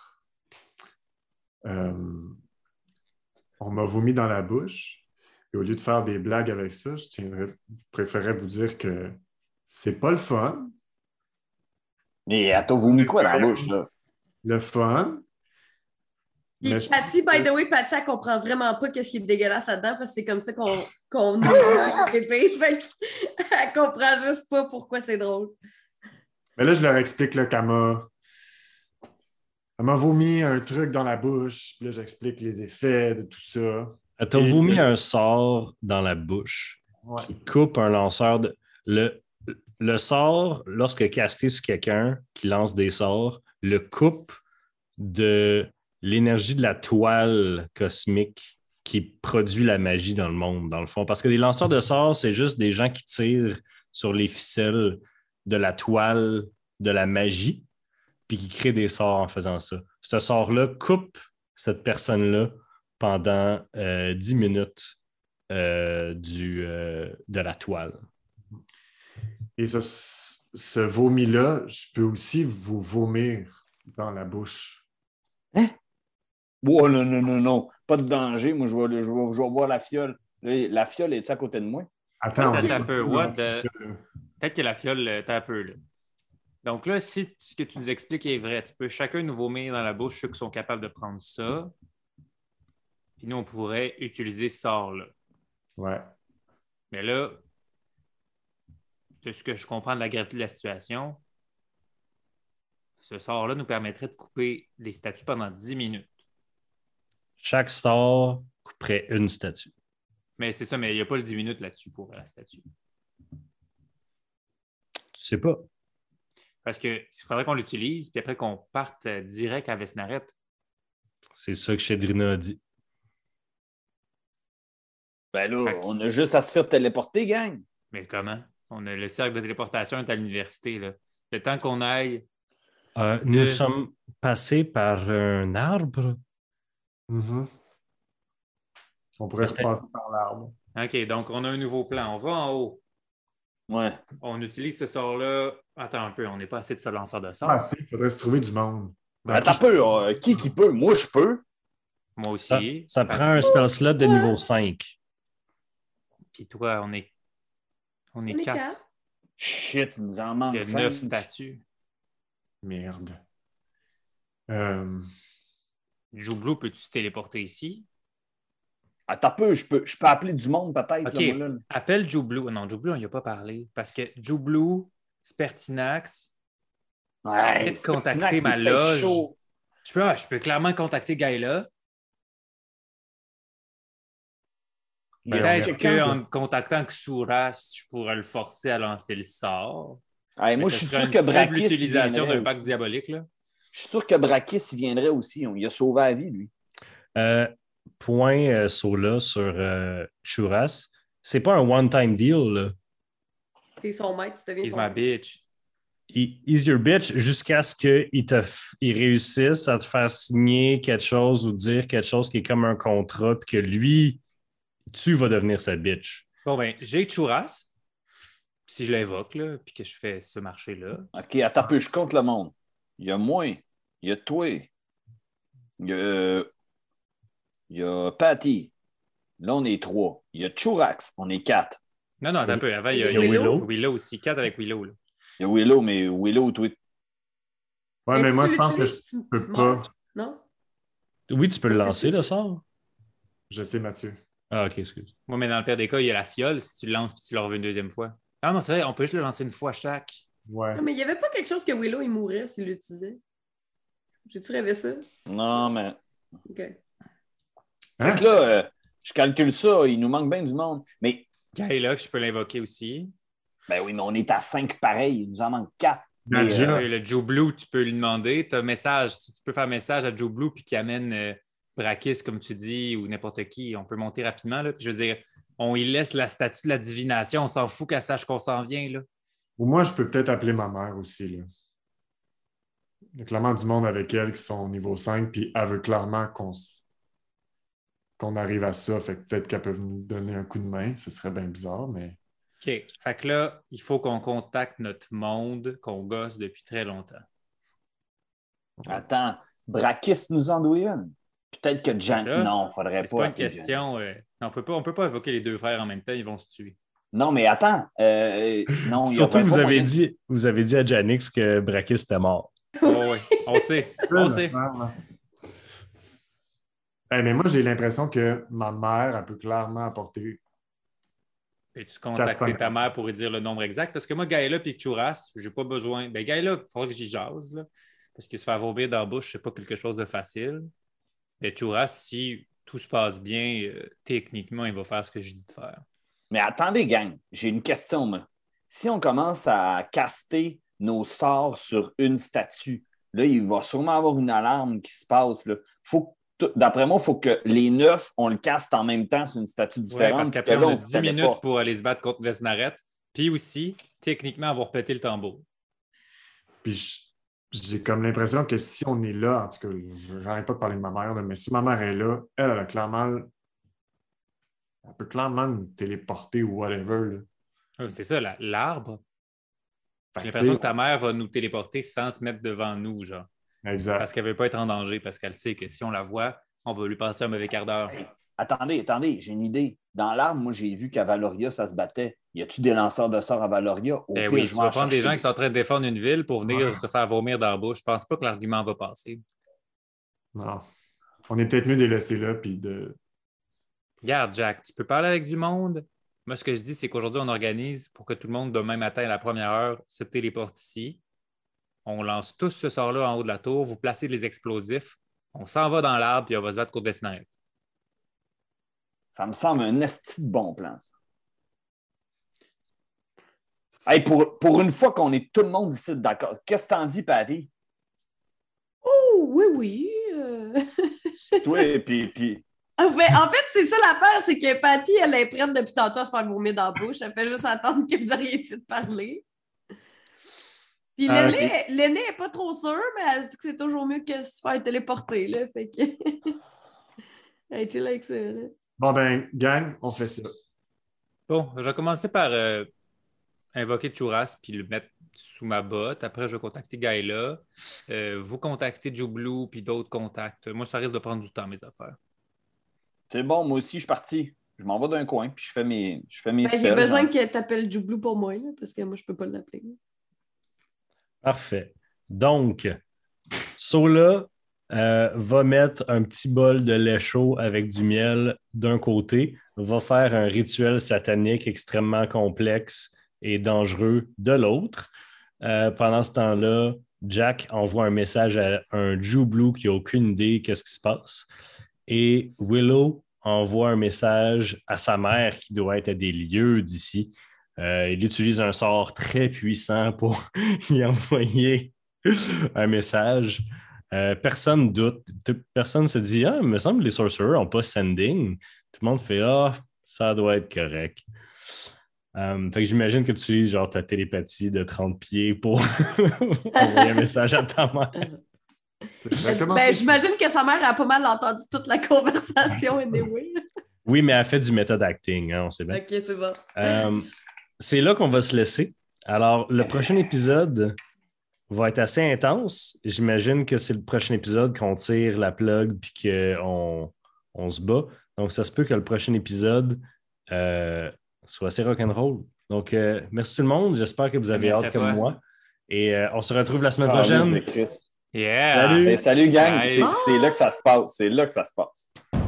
Speaker 5: on m'a vomi dans la bouche. Et au lieu de faire des blagues avec ça, je préférerais vous dire que c'est pas le fun.
Speaker 1: Mais elle t'a vomi quoi dans la bouche, là?
Speaker 5: Le fun,
Speaker 2: Puis Patty, by the way, Patty, elle comprend vraiment pas qu'est-ce qui est dégueulasse là-dedans parce que c'est comme ça qu'on nous répète. Fait qu'elle comprend juste pas pourquoi c'est drôle.
Speaker 5: Mais là, je leur explique là, qu'elle m'a vomi un truc dans la bouche. Puis là, j'explique les effets de tout ça.
Speaker 3: Elle t'a vomi un sort dans la bouche qui coupe un lanceur de... Le sort, lorsque casté sur quelqu'un qui lance des sorts, le coupe de l'énergie de la toile cosmique qui produit la magie dans le monde, dans le fond. Parce que les lanceurs de sorts, c'est juste des gens qui tirent sur les ficelles de la toile de la magie, puis qui créent des sorts en faisant ça. Ce sort-là coupe cette personne-là pendant 10 minutes de la toile.
Speaker 5: Et ce vomi-là, je peux aussi vous vomir dans la bouche.
Speaker 1: Hein? Oh, non. Pas de danger. Moi, je vais voir la fiole. La fiole est à côté de moi?
Speaker 4: Attends un peu. Peut-être que la fiole est un peu là. Donc là, si ce que tu nous expliques est vrai, tu peux chacun nous vomir dans la bouche, ceux qui sont capables de prendre ça. Puis nous, on pourrait utiliser ce sort-là.
Speaker 5: Ouais.
Speaker 4: Mais là, de ce que je comprends de la gravité de la situation, ce sort-là nous permettrait de couper les statues pendant 10 minutes.
Speaker 3: Chaque sort couperait une statue.
Speaker 4: Mais c'est ça, mais il n'y a pas le 10 minutes là-dessus pour la statue.
Speaker 3: Tu sais pas.
Speaker 4: Parce qu'il faudrait qu'on l'utilise, puis après qu'on parte direct à Vesnaret.
Speaker 3: C'est ça que Shedrina a dit.
Speaker 1: Ben là, on a juste à se faire téléporter, gang.
Speaker 4: Mais comment? On a le cercle de téléportation est à l'université. Là. Le temps qu'on aille...
Speaker 3: Nous sommes passés par un arbre.
Speaker 5: Mm-hmm. On pourrait repasser par l'arbre.
Speaker 4: OK, donc on a un nouveau plan. On va en haut.
Speaker 1: Ouais.
Speaker 4: On utilise ce sort-là. Attends un peu, on n'est pas assez de ce lanceur de sort.
Speaker 5: Ah, si, il faudrait se trouver du monde.
Speaker 1: Attends un peu. Qui peut? Moi, je peux.
Speaker 4: Moi aussi.
Speaker 3: Ça prend un spell slot de niveau 5.
Speaker 4: Puis toi, on est 4.
Speaker 1: Shit, il nous en manque 5.
Speaker 4: Il y a 9 statues.
Speaker 5: Merde.
Speaker 4: Joublou, peux-tu te téléporter ici?
Speaker 1: Attends un peu, je peux appeler du monde peut-être.
Speaker 4: OK,
Speaker 1: là.
Speaker 4: Appelle Joublou. Non, Joublou, on n'y a pas parlé. Parce que Joublou, Spertinax, peut-être contacter ma loge. Je peux clairement contacter Gaïla. Peut-être qu'en contactant Xouras, je pourrais le forcer à lancer le sort.
Speaker 1: Moi, je suis sûr que Brakis
Speaker 4: l'utilisation d'un bac diabolique. Là.
Speaker 1: Je suis sûr que Brakis viendrait aussi. Il a sauvé la vie, lui.
Speaker 3: Point Sola sur Xouras. C'est pas un one-time deal. Là.
Speaker 2: T'es son maître, tu deviens
Speaker 4: He's
Speaker 2: son
Speaker 4: my bitch.
Speaker 3: He's your bitch jusqu'à ce qu'il réussisse à te faire signer quelque chose ou dire quelque chose qui est comme un contrat puis que lui, tu vas devenir sa bitch.
Speaker 4: Bon, ben, j'ai Xouras. Si je l'invoque, là, puis que je fais ce marché-là.
Speaker 1: OK, attends un peu, je compte le monde. Il y a moi, il y a toi, il y a Patty. Là, on est 3. Il y a Churax, on est 4.
Speaker 4: Non, attends un peu. Avant, il y a
Speaker 3: Willow.
Speaker 4: Willow aussi. 4 avec Willow. Là.
Speaker 1: Il y a Willow, mais Willow, toi.
Speaker 5: Ouais, mais moi, je pense que je peux pas.
Speaker 2: Non?
Speaker 3: Oui, tu peux le lancer, le sort.
Speaker 5: Je sais, Mathieu.
Speaker 3: Ah, OK, excuse.
Speaker 4: Moi, mais dans le pire des cas, il y a la fiole. Si tu le lances puis tu le reviens une deuxième fois. Ah non, c'est vrai, on peut juste le lancer une fois chaque.
Speaker 5: Ouais.
Speaker 2: Non, mais il n'y avait pas quelque chose que Willow, il mourrait s'il l'utilisait. J'ai-tu rêvé ça?
Speaker 1: Non, mais...
Speaker 2: OK.
Speaker 1: Fait que là, je calcule ça, il nous manque bien du monde. Mais...
Speaker 4: Gaïla, je peux l'invoquer aussi.
Speaker 1: Ben oui, mais on est à 5 pareil. Il nous en manque 4.
Speaker 4: Le Joe Blue, tu peux lui demander. Tu as un message. Si tu peux faire un message à Joe Blue puis qu'il amène Brakis, comme tu dis, ou n'importe qui, on peut monter rapidement. Là. Puis je veux dire, on y laisse la statue de la divination. On s'en fout qu'elle sache qu'on s'en vient. Là.
Speaker 5: Ou moi, je peux peut-être appeler ma mère aussi. Là. Il y a clairement du monde avec elle qui sont au niveau 5, puis elle veut clairement qu'on arrive à ça. Fait que peut-être qu'elle peut nous donner un coup de main. Ce serait bien bizarre, mais...
Speaker 4: OK. Fait que là, il faut qu'on contacte notre monde qu'on gosse depuis très longtemps.
Speaker 1: Attends, Brakis nous en doit une. Peut-être que Jan... Non, il ne faudrait pas.
Speaker 4: C'est pas une question... Non, on ne peut pas évoquer les deux frères en même temps. Ils vont se tuer.
Speaker 1: Non, mais attends. Non,
Speaker 3: surtout, vous avez dit à Janix que Brakis était mort.
Speaker 4: Oh, oui, on sait. On sait.
Speaker 5: Mais moi, j'ai l'impression que ma mère, elle peut clairement apporter.
Speaker 4: Peux-tu contacter ta mère pour lui dire le nombre exact? Parce que moi, Gaëla et Chouras, j'ai pas besoin. Ben, Gaëla, il faudra que j'y jase, là, parce que se faire vomir dans la bouche, c'est pas quelque chose de facile. Mais Chouras, si tout se passe bien, techniquement, il va faire ce que je dis de faire.
Speaker 1: Mais attendez, gang, j'ai une question, moi. Si on commence à caster nos sorts sur une statue, là, il va sûrement avoir une alarme qui se passe. Là. D'après moi, il faut que les 9, on le caste en même temps sur une statue différente.
Speaker 4: Oui, parce qu'après, on a 10 minutes pour aller se battre contre Vesnaret. Puis aussi, techniquement, avoir pété le tambour.
Speaker 5: Puis j'ai comme l'impression que si on est là, en tout cas, j'arrête pas de parler de ma mère, là, mais si ma mère est là, elle a clairement. Elle peut clairement nous téléporter ou whatever. Là.
Speaker 4: C'est ça, l'arbre. J'ai l'impression que ta mère va nous téléporter sans se mettre devant nous, genre.
Speaker 5: Exact.
Speaker 4: Parce qu'elle ne veut pas être en danger, parce qu'elle sait que si on la voit, on va lui passer un mauvais quart d'heure.
Speaker 1: Hey, attendez, j'ai une idée. Dans l'arbre, moi, j'ai vu qu'à Valoria, ça se battait. Y a-tu des lanceurs de sorts à Valoria?
Speaker 4: Oui, tu vas prendre des gens qui sont en train de défendre une ville pour venir se faire vomir dans la bouche. Je pense pas que l'argument va passer.
Speaker 5: Non. On est peut-être mieux de les laisser là, puis de...
Speaker 4: Regarde, Jack, tu peux parler avec du monde. Moi, ce que je dis, c'est qu'aujourd'hui, on organise pour que tout le monde, demain matin, à la première heure, se téléporte ici. On lance tous ce sort-là en haut de la tour. Vous placez les explosifs. On s'en va dans l'arbre, puis on va se battre contre Vesnaret.
Speaker 1: Ça me semble un esti de bon plan, ça. Hey, pour une fois qu'on est tout le monde ici d'accord, qu'est-ce que t'en dis, Patty?
Speaker 2: Oh, oui.
Speaker 1: Toi, puis...
Speaker 2: Mais en fait, c'est ça l'affaire, c'est que Patty, elle est prête depuis tantôt à se faire vomir dans la bouche. Elle fait juste attendre que vous arrêtiez de parler. Puis l'aînée n'est pas trop sûre, mais elle se dit que c'est toujours mieux que se faire téléporter. Là, fait que... elle est chill avec ça. Là.
Speaker 5: Bon, ben, gang, on fait ça.
Speaker 4: Bon, je vais commencer par invoquer Chouras puis le mettre sous ma botte. Après, je vais contacter Gaëla. Vous contactez Joe Blue puis d'autres contacts. Moi, ça risque de prendre du temps, mes affaires.
Speaker 1: C'est bon, moi aussi, je suis parti. Je m'en vais d'un coin, puis je fais mes spells.
Speaker 2: J'ai besoin que tu appelles Joe Blue pour moi, là, parce que moi, je peux pas l'appeler.
Speaker 3: Parfait. Donc, Sola va mettre un petit bol de lait chaud avec du miel d'un côté, va faire un rituel satanique extrêmement complexe et dangereux de l'autre. Pendant ce temps-là, Jack envoie un message à un Joe Blue qui n'a aucune idée qu'est-ce qui se passe. Et Willow envoie un message à sa mère qui doit être à des lieues d'ici. Il utilise un sort très puissant pour y envoyer un message. Personne doute. Personne se dit « Ah, il me semble que les sorcerers n'ont pas sending. » Tout le monde fait « Ah, ça doit être correct. » Fait que j'imagine que tu utilises genre ta télépathie de 30 pieds pour envoyer un message à ta mère.
Speaker 2: J'imagine que sa mère a pas mal entendu toute la conversation anyway.
Speaker 3: Oui, mais elle fait du method acting, hein, on sait bien.
Speaker 2: OK, c'est bon.
Speaker 3: C'est là qu'on va se laisser. Alors, le prochain épisode va être assez intense. J'imagine que c'est le prochain épisode qu'on tire la plug puis qu'on se bat. Donc, ça se peut que le prochain épisode soit assez rock'n'roll. Donc, merci tout le monde. J'espère que vous avez hâte comme moi. Et on se retrouve la semaine prochaine.
Speaker 4: Yeah!
Speaker 1: Salut gang! C'est là que ça se passe. C'est là que ça se passe.